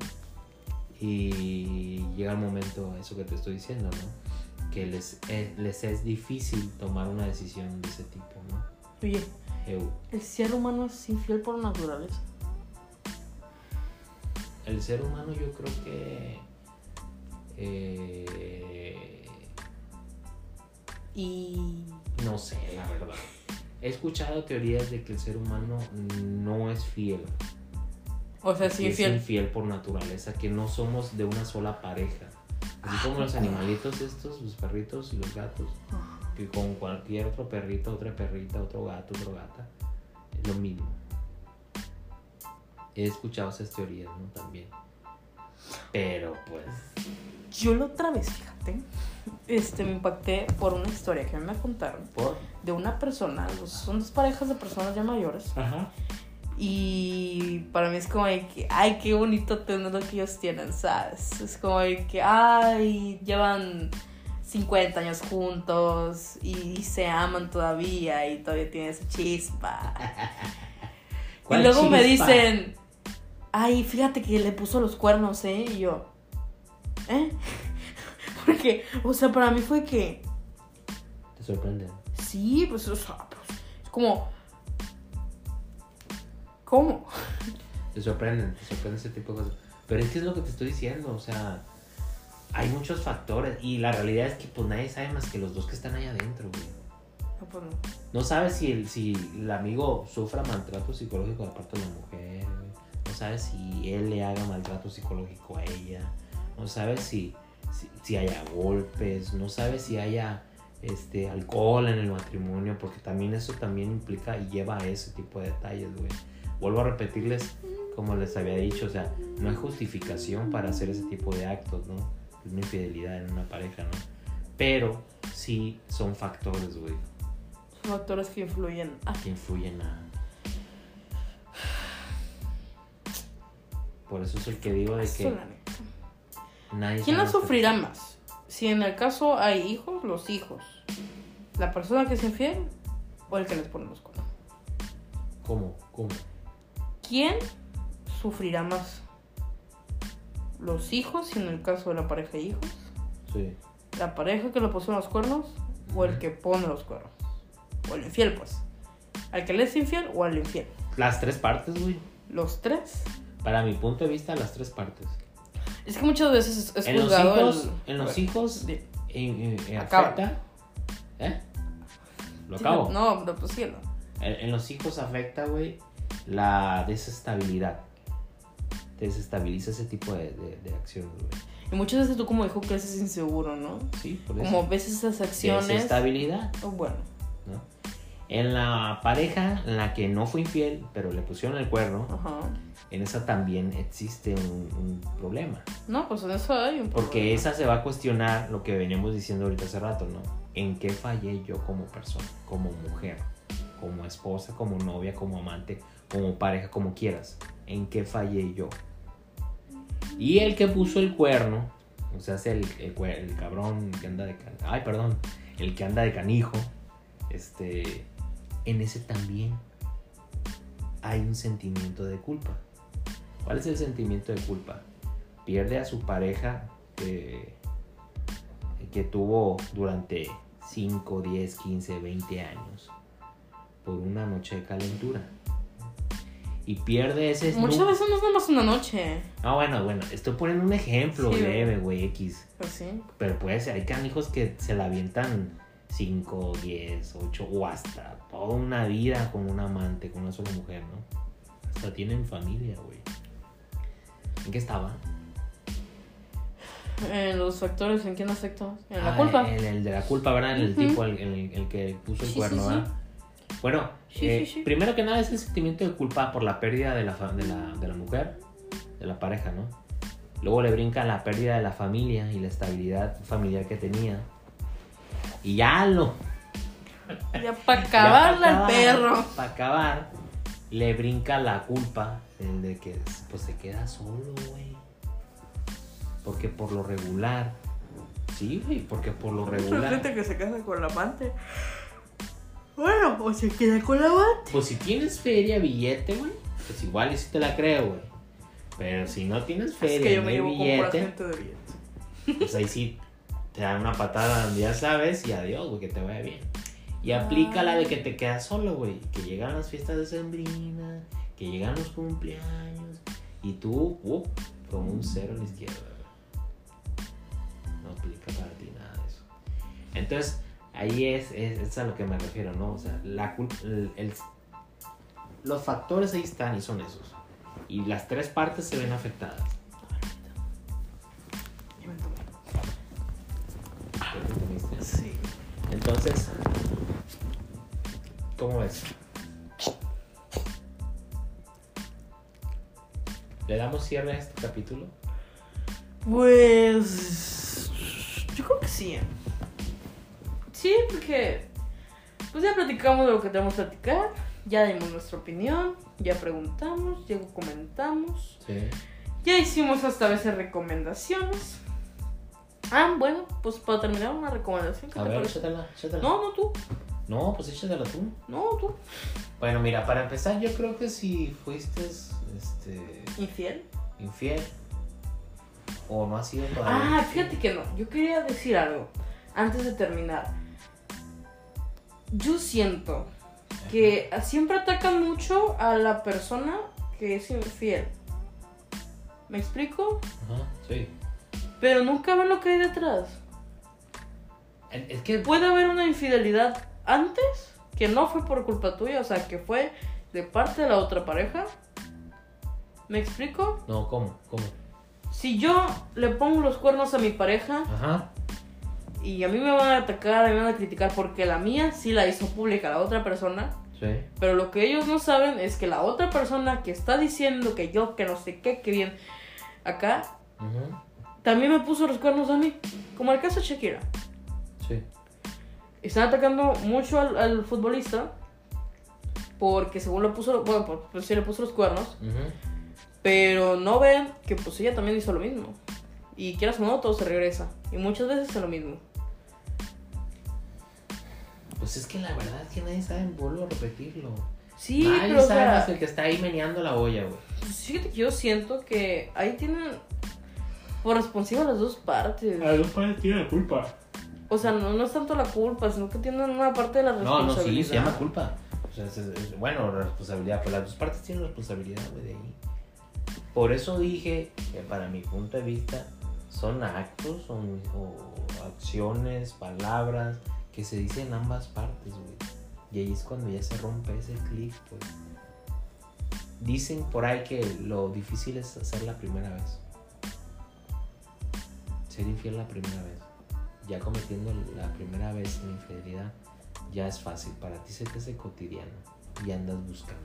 B: y llega el momento, eso que te estoy diciendo, ¿no? Que les es, les es difícil tomar una decisión de ese tipo, ¿no?
A: Oye,
B: Eu.
A: ¿El ser humano es infiel por naturaleza?
B: El ser humano yo creo que... Eh,
A: Y...
B: no sé, la verdad. He escuchado teorías de que el ser humano no es fiel.
A: O sea,
B: que
A: sí,
B: es
A: infiel.
B: infiel por naturaleza, que no somos de una sola pareja. Así como los animalitos estos, los perritos y los gatos, que con cualquier otro perrito, otra perrita, otro gato, otro gata, es lo mismo. He escuchado esas teorías, ¿no? También. Pero pues...
A: Yo la otra vez, fíjate, este, me impacté por una historia que me contaron.
B: ¿Por?
A: De una persona, son dos parejas de personas ya mayores.
B: Ajá.
A: Y para mí es como de que, ay, qué bonito tener lo que ellos tienen, ¿sabes? Es como de que, ay, llevan cincuenta años juntos y se aman todavía y todavía tienen esa chispa. Y luego
B: chispa?
A: me dicen, ay, fíjate que le puso los cuernos, ¿eh? Y yo, ¿eh? Porque, o sea, para mí fue que...
B: ¿Te sorprende?
A: Sí, pues, o sea, pues, es como... ¿Cómo?
B: Te sorprenden, te sorprende ese tipo de cosas. Pero es que es lo que te estoy diciendo, o sea, hay muchos factores y la realidad es que pues nadie sabe más que los dos que están ahí adentro, güey.
A: No, pues no.
B: No sabes si el, si el amigo sufra maltrato psicológico de parte de la mujer, güey. No sabes si él le haga maltrato psicológico a ella. No sabes si, si, si haya golpes, no sabes si haya este, alcohol en el matrimonio, porque también eso también implica y lleva a ese tipo de detalles, güey. Vuelvo a repetirles, como les había dicho, o sea, no hay justificación para hacer ese tipo de actos, ¿no? Es una infidelidad en una pareja, ¿no? Pero sí son factores, güey,
A: Son factores que influyen. Ah,
B: que influyen a... Por eso es el que digo de
A: eso,
B: que
A: la neta.
B: nadie
A: ¿Quién la
B: sabe
A: sufrirá más? Si en el caso hay hijos, los hijos. ¿La persona que es infiel o el que les pone los cuernos?
B: ¿Cómo? ¿Cómo?
A: ¿Quién sufrirá más? ¿Los hijos, si en el caso de la pareja de hijos?
B: Sí.
A: ¿La pareja que le puso los cuernos o el que pone los cuernos? O el infiel, pues. ¿Al que le es infiel o al infiel?
B: Las tres partes, güey.
A: ¿Los tres?
B: Para mi punto de vista, las tres partes.
A: Es que muchas veces es, es
B: En los
A: juzgado
B: hijos,
A: el...
B: en los hijos
A: Di-
B: eh, eh, eh,
A: Acaba.
B: afecta... ¿Eh? Lo
A: Sí,
B: acabo.
A: No, pero pues sí, no.
B: En, en los hijos afecta, güey, la desestabilidad. Te desestabiliza ese tipo de, de, de acciones, güey.
A: Y muchas veces tú como hijo creces inseguro, ¿no?
B: Sí, por eso.
A: Como ves esas acciones...
B: Desestabilidad,
A: Oh, bueno.
B: ¿no? En la pareja en la que no fue infiel, pero le pusieron el cuerno,
A: Ajá.
B: en esa también existe un, un problema.
A: No, pues en eso hay un
B: Porque
A: problema.
B: esa se va a cuestionar lo que veníamos diciendo ahorita hace rato, ¿no? ¿En qué fallé yo como persona, como mujer, como esposa, como novia, como amante, como pareja, como quieras? ¿En qué fallé yo? Y el que puso el cuerno, o sea, es el, el, el cabrón que anda de can... Ay, perdón, el que anda de canijo, este, en ese también hay un sentimiento de culpa. ¿Cuál es el sentimiento de culpa? Pierde a su pareja que, que tuvo durante cinco, diez, quince, veinte años por una noche de calentura. Y pierde ese...
A: Muchas
B: nu-
A: veces no es nada más una noche.
B: Ah, bueno, bueno, estoy poniendo un ejemplo
A: Sí,
B: leve, güey, X.
A: Pues sí.
B: Pero puede ser, hay canijos que se la avientan cinco, diez, ocho o hasta toda una vida con un amante, con una sola mujer, ¿no? Hasta tienen familia, güey. ¿En qué estaba?
A: En los factores, ¿en quién afecta? En la
B: Ah,
A: culpa.
B: En el de la culpa, ¿verdad? En el
A: Ujú.
B: tipo, el, el, el que puso el
A: Sí,
B: cuerno,
A: sí, sí.
B: ¿verdad? Bueno,
A: Sí,
B: eh,
A: sí, sí.
B: primero que nada es el sentimiento de culpa por la pérdida de la, fa- de, la, de la mujer, de la pareja, ¿no? Luego le brinca la pérdida de la familia y la estabilidad familiar que tenía. Y ya lo...
A: Ya para acabarla el perro.
B: Para acabar, le brinca la culpa el de que pues se queda solo, güey. Porque por lo regular... Sí, güey, porque por lo
A: Mucha
B: regular...
A: gente que se casa con la amante. Bueno, o se queda con la amante.
B: Pues si tienes feria, billete, güey, pues igual y sí te la creo, güey. Pero si no tienes feria,
A: Es que yo
B: no
A: me
B: hay
A: llevo con pura
B: billete,
A: gente de billete.
B: pues ahí sí te dan una patada donde ya sabes y adiós, güey, que te vaya bien. Y aplica la de que te quedas solo, güey. Que llegan las fiestas decembrinas, que llegan los cumpleaños. Y tú, uh, como un cero a la izquierda, güey. No aplica para ti nada de eso. Entonces, ahí es, es, es a lo que me refiero, ¿no? O sea, la culpa, el, el, los factores ahí están y son esos. Y las tres partes se ven afectadas. ¿Ya te entendiste?
A: Sí.
B: Entonces, ¿cómo ves? ¿Le damos cierre a este capítulo?
A: Pues yo creo que sí. Sí, porque pues ya platicamos de lo que tenemos que platicar, ya dimos nuestra opinión, ya preguntamos, ya comentamos,
B: Sí.
A: ya hicimos hasta a veces recomendaciones. Ah, bueno, pues para terminar una recomendación. ¿Qué
B: A
A: te
B: ver,
A: parece?
B: échatela, échatela.
A: No, no tú.
B: No, pues échatela tú.
A: No, tú.
B: Bueno, mira, para empezar, yo creo que si fuiste este,
A: ¿Infiel?
B: infiel o no has sido todavía.
A: Ah, fíjate que no. Yo quería decir algo antes de terminar. Yo siento que siempre atacan mucho a la persona que es infiel. ¿Me explico?
B: Ajá, sí.
A: Pero nunca ven lo que hay detrás.
B: Es que
A: Puede haber una infidelidad antes que no fue por culpa tuya, o sea, que fue de parte de la otra pareja. ¿Me explico?
B: No, ¿cómo? ¿Cómo?
A: Si yo le pongo los cuernos a mi pareja
B: Ajá.
A: y a mí me van a atacar, a mí me van a criticar porque la mía sí la hizo pública la otra persona,
B: Sí.
A: pero lo que ellos no saben es que la otra persona que está diciendo que yo, que no sé qué, que bien acá,
B: Ajá.
A: también me puso los cuernos a mí, como el caso de Shakira.
B: Sí.
A: Están atacando mucho al, al futbolista porque según le puso, bueno, pues, pues sí le puso los cuernos,
B: Ajá.
A: pero no ven que pues ella también hizo lo mismo. Y quieras o no, todo se regresa. Y muchas veces es lo mismo.
B: Pues es que la verdad es que nadie sabe, vuelvo a repetirlo.
A: Sí,
B: nadie
A: pero o
B: sabe
A: sea,
B: más el que está ahí meneando la olla, güey.
A: pues, fíjate que yo siento que ahí tienen por responsiva las dos partes.
B: A los padres tienen la culpa.
A: O sea, no, no es tanto la culpa, sino que tienen una parte de la
B: No,
A: responsabilidad.
B: no, sí, se llama culpa. O sea, es, es, bueno, responsabilidad, pero las dos partes tienen responsabilidad, güey, de ahí. Por eso dije que para mi punto de vista son actos o, o acciones, palabras que se dicen en ambas partes, güey. Y ahí es cuando ya se rompe ese clic, pues. Dicen por ahí que lo difícil es hacer la primera vez. Ser infiel la primera vez. Ya cometiendo la primera vez la infidelidad, ya es fácil. Para ti se te hace cotidiano y andas buscando.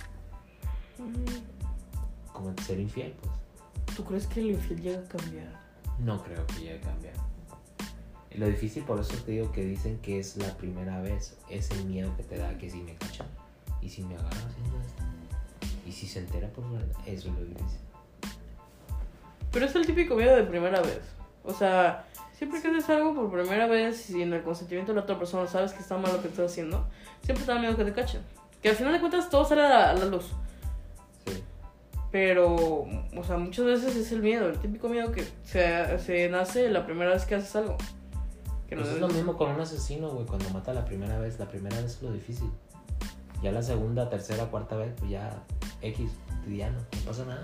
A: Mm,
B: Como ser infiel, pues.
A: ¿Tú crees que el infiel llega a cambiar?
B: No creo que llegue a cambiar. Lo difícil, por eso te digo que dicen que es la primera vez. Es el miedo que te da, que si me cachan y si me agarran haciendo esto y si se entera por verdad, eso es lo difícil.
A: Pero es el típico miedo de primera vez. O sea, siempre que haces algo por primera vez y en el consentimiento de la otra persona sabes que está mal lo que estás haciendo, siempre te da miedo que te cachen. Que al final de cuentas todo sale a la, a la luz.
B: Sí.
A: Pero, o sea, muchas veces es el miedo, el típico miedo que se, se nace la primera vez que haces algo. Que no
B: Pues es
A: debes-
B: lo mismo con un asesino, güey, cuando mata la primera vez. La primera vez es lo difícil. Ya la segunda, tercera, cuarta vez, pues ya X, cotidiano, no pasa nada.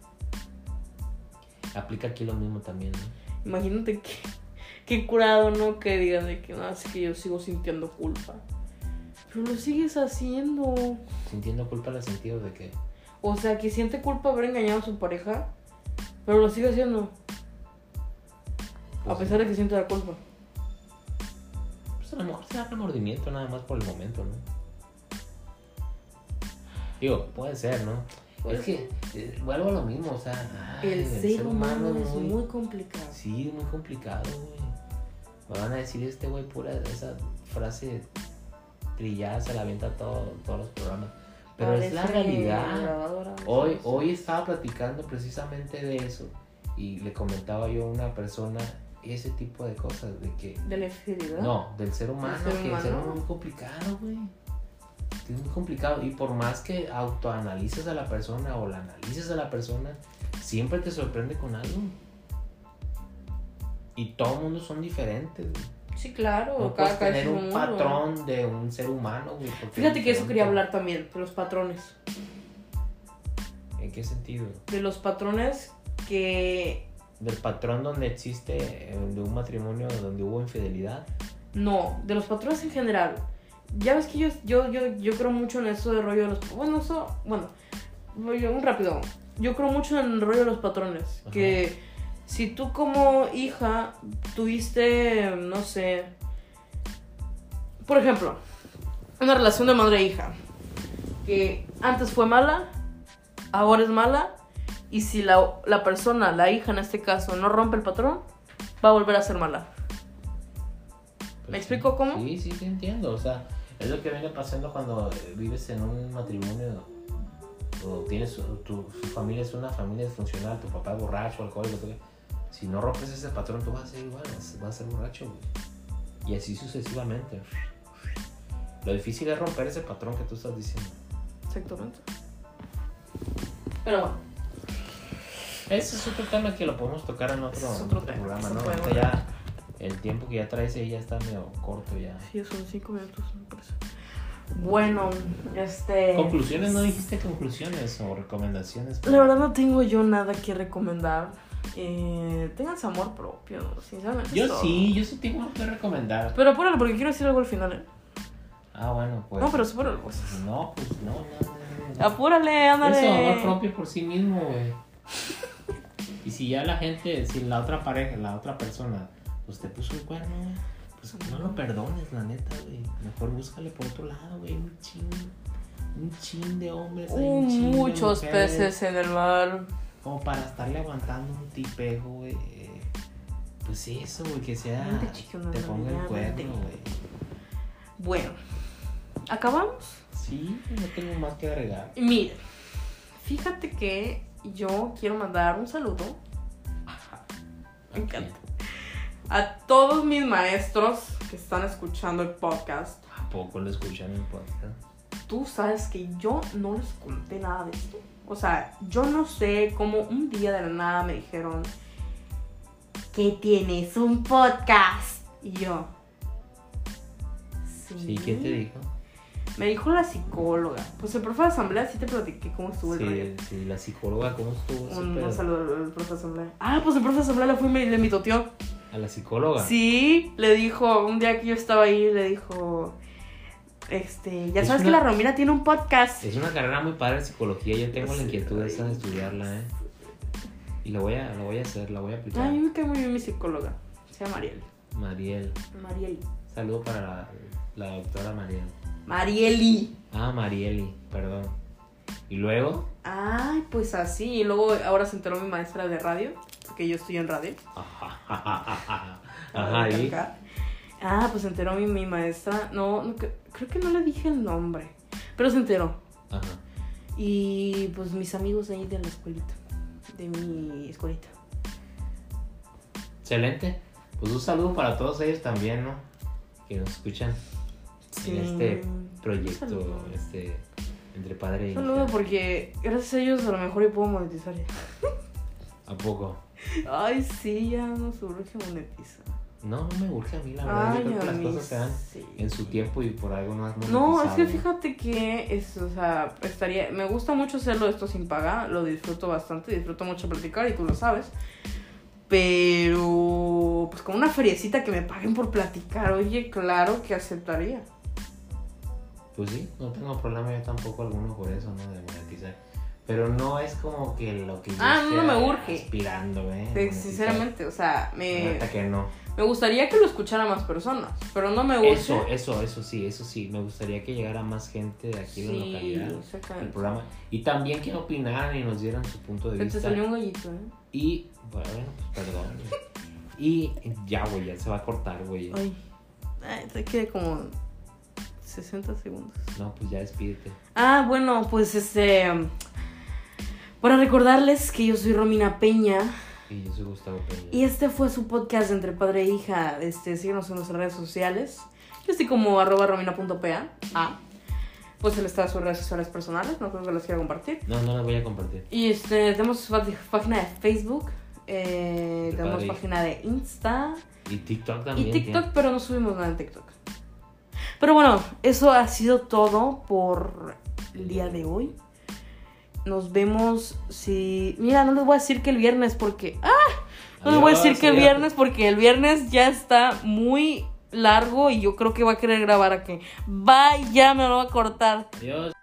B: Aplica aquí lo mismo también, ¿no?
A: Imagínate que, que curado, ¿no? Que digan de que no, es que yo sigo sintiendo culpa. Pero lo sigues haciendo.
B: Sintiendo culpa en el sentido de que...
A: O sea, que siente culpa haber engañado a su pareja, pero lo sigue haciendo.
B: pues,
A: A pesar de que siente la culpa.
B: Pues a lo mejor se da remordimiento nada más por el momento, ¿no? Digo, puede ser, ¿no?
A: Puede
B: es que eh, vuelvo a lo mismo, o sea... ay,
A: El ser humano es muy complicado.
B: Sí, es muy complicado, güey. Me van a decir este güey pura esa frase trillada, se la avienta a todo, todos los programas. Pero es la
A: Parece
B: realidad.
A: grabadora,
B: Hoy,
A: sí, sí.
B: hoy estaba platicando precisamente de eso y le comentaba yo a una persona ese tipo de cosas, de que...
A: ¿De la infidelidad?
B: No, del ser humano,
A: ¿Del ser
B: que el ser
A: humano?
B: humano es muy complicado, güey. Es muy complicado y por más que autoanalices a la persona o la analices a la persona, siempre te sorprende con algo. Y todo el mundo son diferentes, güey.
A: Sí, claro.
B: No
A: cada
B: puedes
A: cabeza
B: tener
A: es
B: un
A: mundo.
B: patrón de un ser humano, güey. porque
A: Fíjate
B: es
A: que eso quería
B: diferente.
A: hablar también, de los patrones.
B: ¿En qué sentido?
A: De los patrones que...
B: Del patrón donde existe, eh, de un matrimonio donde hubo infidelidad.
A: No, de los patrones en general. Ya ves que yo, yo, yo, yo creo mucho en eso de rollo de los... Bueno, eso... Bueno, voy un rápido. Yo creo mucho en el rollo de los patrones.
B: Ajá.
A: Que si tú como hija tuviste, no sé... Por ejemplo, una relación de madre e hija. Que antes fue mala, ahora es mala. Y si la, la persona, la hija en este caso, no rompe el patrón, va a volver a ser mala. ¿Me explico cómo?
B: Sí, sí, te entiendo. O sea, es lo que viene pasando cuando eh, vives en un matrimonio o tienes tu, tu familia es una familia disfuncional, tu papá es borracho, alcohólico. Todo. Si no rompes ese patrón, tú vas a ser igual, vas a ser borracho, güey. Y así sucesivamente. Lo difícil es romper ese patrón que tú estás diciendo.
A: Exactamente. Pero bueno.
B: Ese es otro tema que lo podemos tocar en otro,
A: Es otro
B: otro
A: tema,
B: programa,
A: eso
B: ¿no?
A: fue
B: Ahorita
A: bueno.
B: ya el tiempo que ya traes ahí ya está medio corto ya.
A: Sí, son cinco minutos, me parece. Bueno, este...
B: ¿Conclusiones? ¿No dijiste conclusiones o recomendaciones?
A: La verdad no tengo yo nada que recomendar. Eh, ténganse amor propio, sinceramente.
B: Yo
A: es todo.
B: sí, yo sí tengo algo que recomendar.
A: Pero apúralo porque quiero decir algo al final, ¿eh?
B: Ah, bueno, pues.
A: No, pero apúralo, pues.
B: No, pues no, no, no, no.
A: Apúrale, ándale.
B: Eso, amor propio por sí mismo, güey. Y si ya la gente, si la otra pareja, la otra persona, pues te puso el cuerno, güey, pues no lo perdones, la neta, güey. Mejor búscale por otro lado, güey. Un chin, un chin de hombres. Hay un chin de
A: Muchos
B: mujeres,
A: peces en el mar.
B: como para estarle aguantando un tipejo, güey. eh, Pues eso, güey, que sea.
A: Vente, chico, no,
B: Te
A: no,
B: ponga
A: ya,
B: el cuerno,
A: vente.
B: güey.
A: Bueno, ¿acabamos?
B: Sí, no tengo más que agregar.
A: Mira, fíjate que yo quiero mandar un saludo. Me encanta. A todos mis maestros que están escuchando el podcast.
B: ¿A poco lo escuchan en podcast?
A: Tú sabes que yo no les conté nada de esto. O sea, yo no sé cómo un día de la nada me dijeron que tienes un podcast. Y yo... Sí.
B: Sí, ¿quién te dijo?
A: Me dijo la psicóloga. Pues el profe de asamblea sí te platiqué cómo estuvo el rollo.
B: Sí, sí, la psicóloga, ¿cómo estuvo ese
A: Un,
B: pedo?
A: un saludo al profe de asamblea. Ah, pues el profe de asamblea le fui y me, le mitoteó.
B: ¿A la psicóloga?
A: Sí, le dijo, un día que yo estaba ahí, le dijo, este, ya
B: Es
A: sabes
B: una-
A: que la Romina tiene un podcast.
B: Es una carrera muy padre de psicología. Yo tengo la
A: Sí,
B: inquietud
A: ay.
B: esa de estudiarla, ¿eh? Y lo voy a, lo voy a hacer, la voy a aplicar.
A: Ay, a mí me cae muy bien mi psicóloga. Se llama Mariel.
B: Mariel.
A: Mariel.
B: Saludo para la, la doctora Mariel.
A: Marieli.
B: Ah, Marieli, perdón. ¿Y luego?
A: Ay, pues así. Y luego ahora se enteró mi maestra de radio, porque yo estoy en radio.
B: Ajá, ¿y?
A: Recalcar. Ah, pues se enteró mi, mi maestra. No, no, cre- creo que no le dije el nombre, pero se enteró.
B: Ajá.
A: Y pues mis amigos ahí de la escuelita, de mi escuelita.
B: Excelente. Pues un saludo para todos ellos también, ¿no? Que nos escuchan
A: Sí.
B: en este
A: Un
B: proyecto,
A: saludo.
B: este, entre padre y
A: Un saludo
B: hija.
A: porque gracias a ellos a lo mejor yo puedo monetizar ya.
B: ¿A poco?
A: Ay, sí, ya nos urge monetizar.
B: No, no me urge a mí, la verdad.
A: Ay,
B: Yo creo que
A: a
B: las
A: mí
B: cosas se dan
A: sí.
B: en su tiempo y por algo no has
A: No, es que
B: monetizado.
A: fíjate que es, o sea, estaría, me gusta mucho hacerlo esto sin pagar, lo disfruto bastante, disfruto mucho platicar y tú lo sabes. Pero pues con una feriecita que me paguen por platicar, oye, claro que aceptaría.
B: Pues sí, no tengo problema yo tampoco alguno por eso, ¿no? De monetizar. Pero no es como que lo que yo
A: Ah, no,
B: esté
A: no me urge.
B: aspirando, ¿eh?
A: Sí,
B: Monetizar.
A: sinceramente, o sea, me,
B: Neta que no.
A: me gustaría que lo escuchara más personas, pero no me urge.
B: Eso, eso, eso sí, eso sí. Me gustaría que llegara más gente de aquí de la
A: Sí,
B: localidad al
A: exactamente.
B: programa. Y también que opinaran y nos dieran su punto de
A: Se te
B: vista.
A: salió un gallito, ¿eh?
B: Y, bueno, pues perdón. güey. Y ya, güey, ya se va a cortar, güey.
A: Ay, ay, te quedé como sesenta segundos.
B: No, pues ya despídete.
A: Ah, bueno, pues este... Para recordarles que yo soy Romina Peña
B: Y yo soy Gustavo Peña.
A: y este fue su podcast entre padre e hija. Este, síguenos en nuestras redes sociales. Yo estoy como arroba romina.pa. Ah. Pues él está en sus redes sociales personales, no creo que las quiera compartir.
B: No, no las voy a compartir.
A: Y este, tenemos pá- página de Facebook, eh,
B: De
A: tenemos
B: padre e
A: página de Insta,
B: Y TikTok también.
A: Y TikTok,
B: tiene.
A: pero no subimos nada en TikTok. Pero bueno, eso ha sido todo por el día de hoy. Nos vemos si... Mira, no les voy a decir que el viernes porque... ¡Ah! No les voy a decir que el
B: Adiós,
A: viernes porque el viernes ya está muy largo y yo creo que va a querer grabar aquí. Bye, ya me lo voy a cortar.
B: Adiós.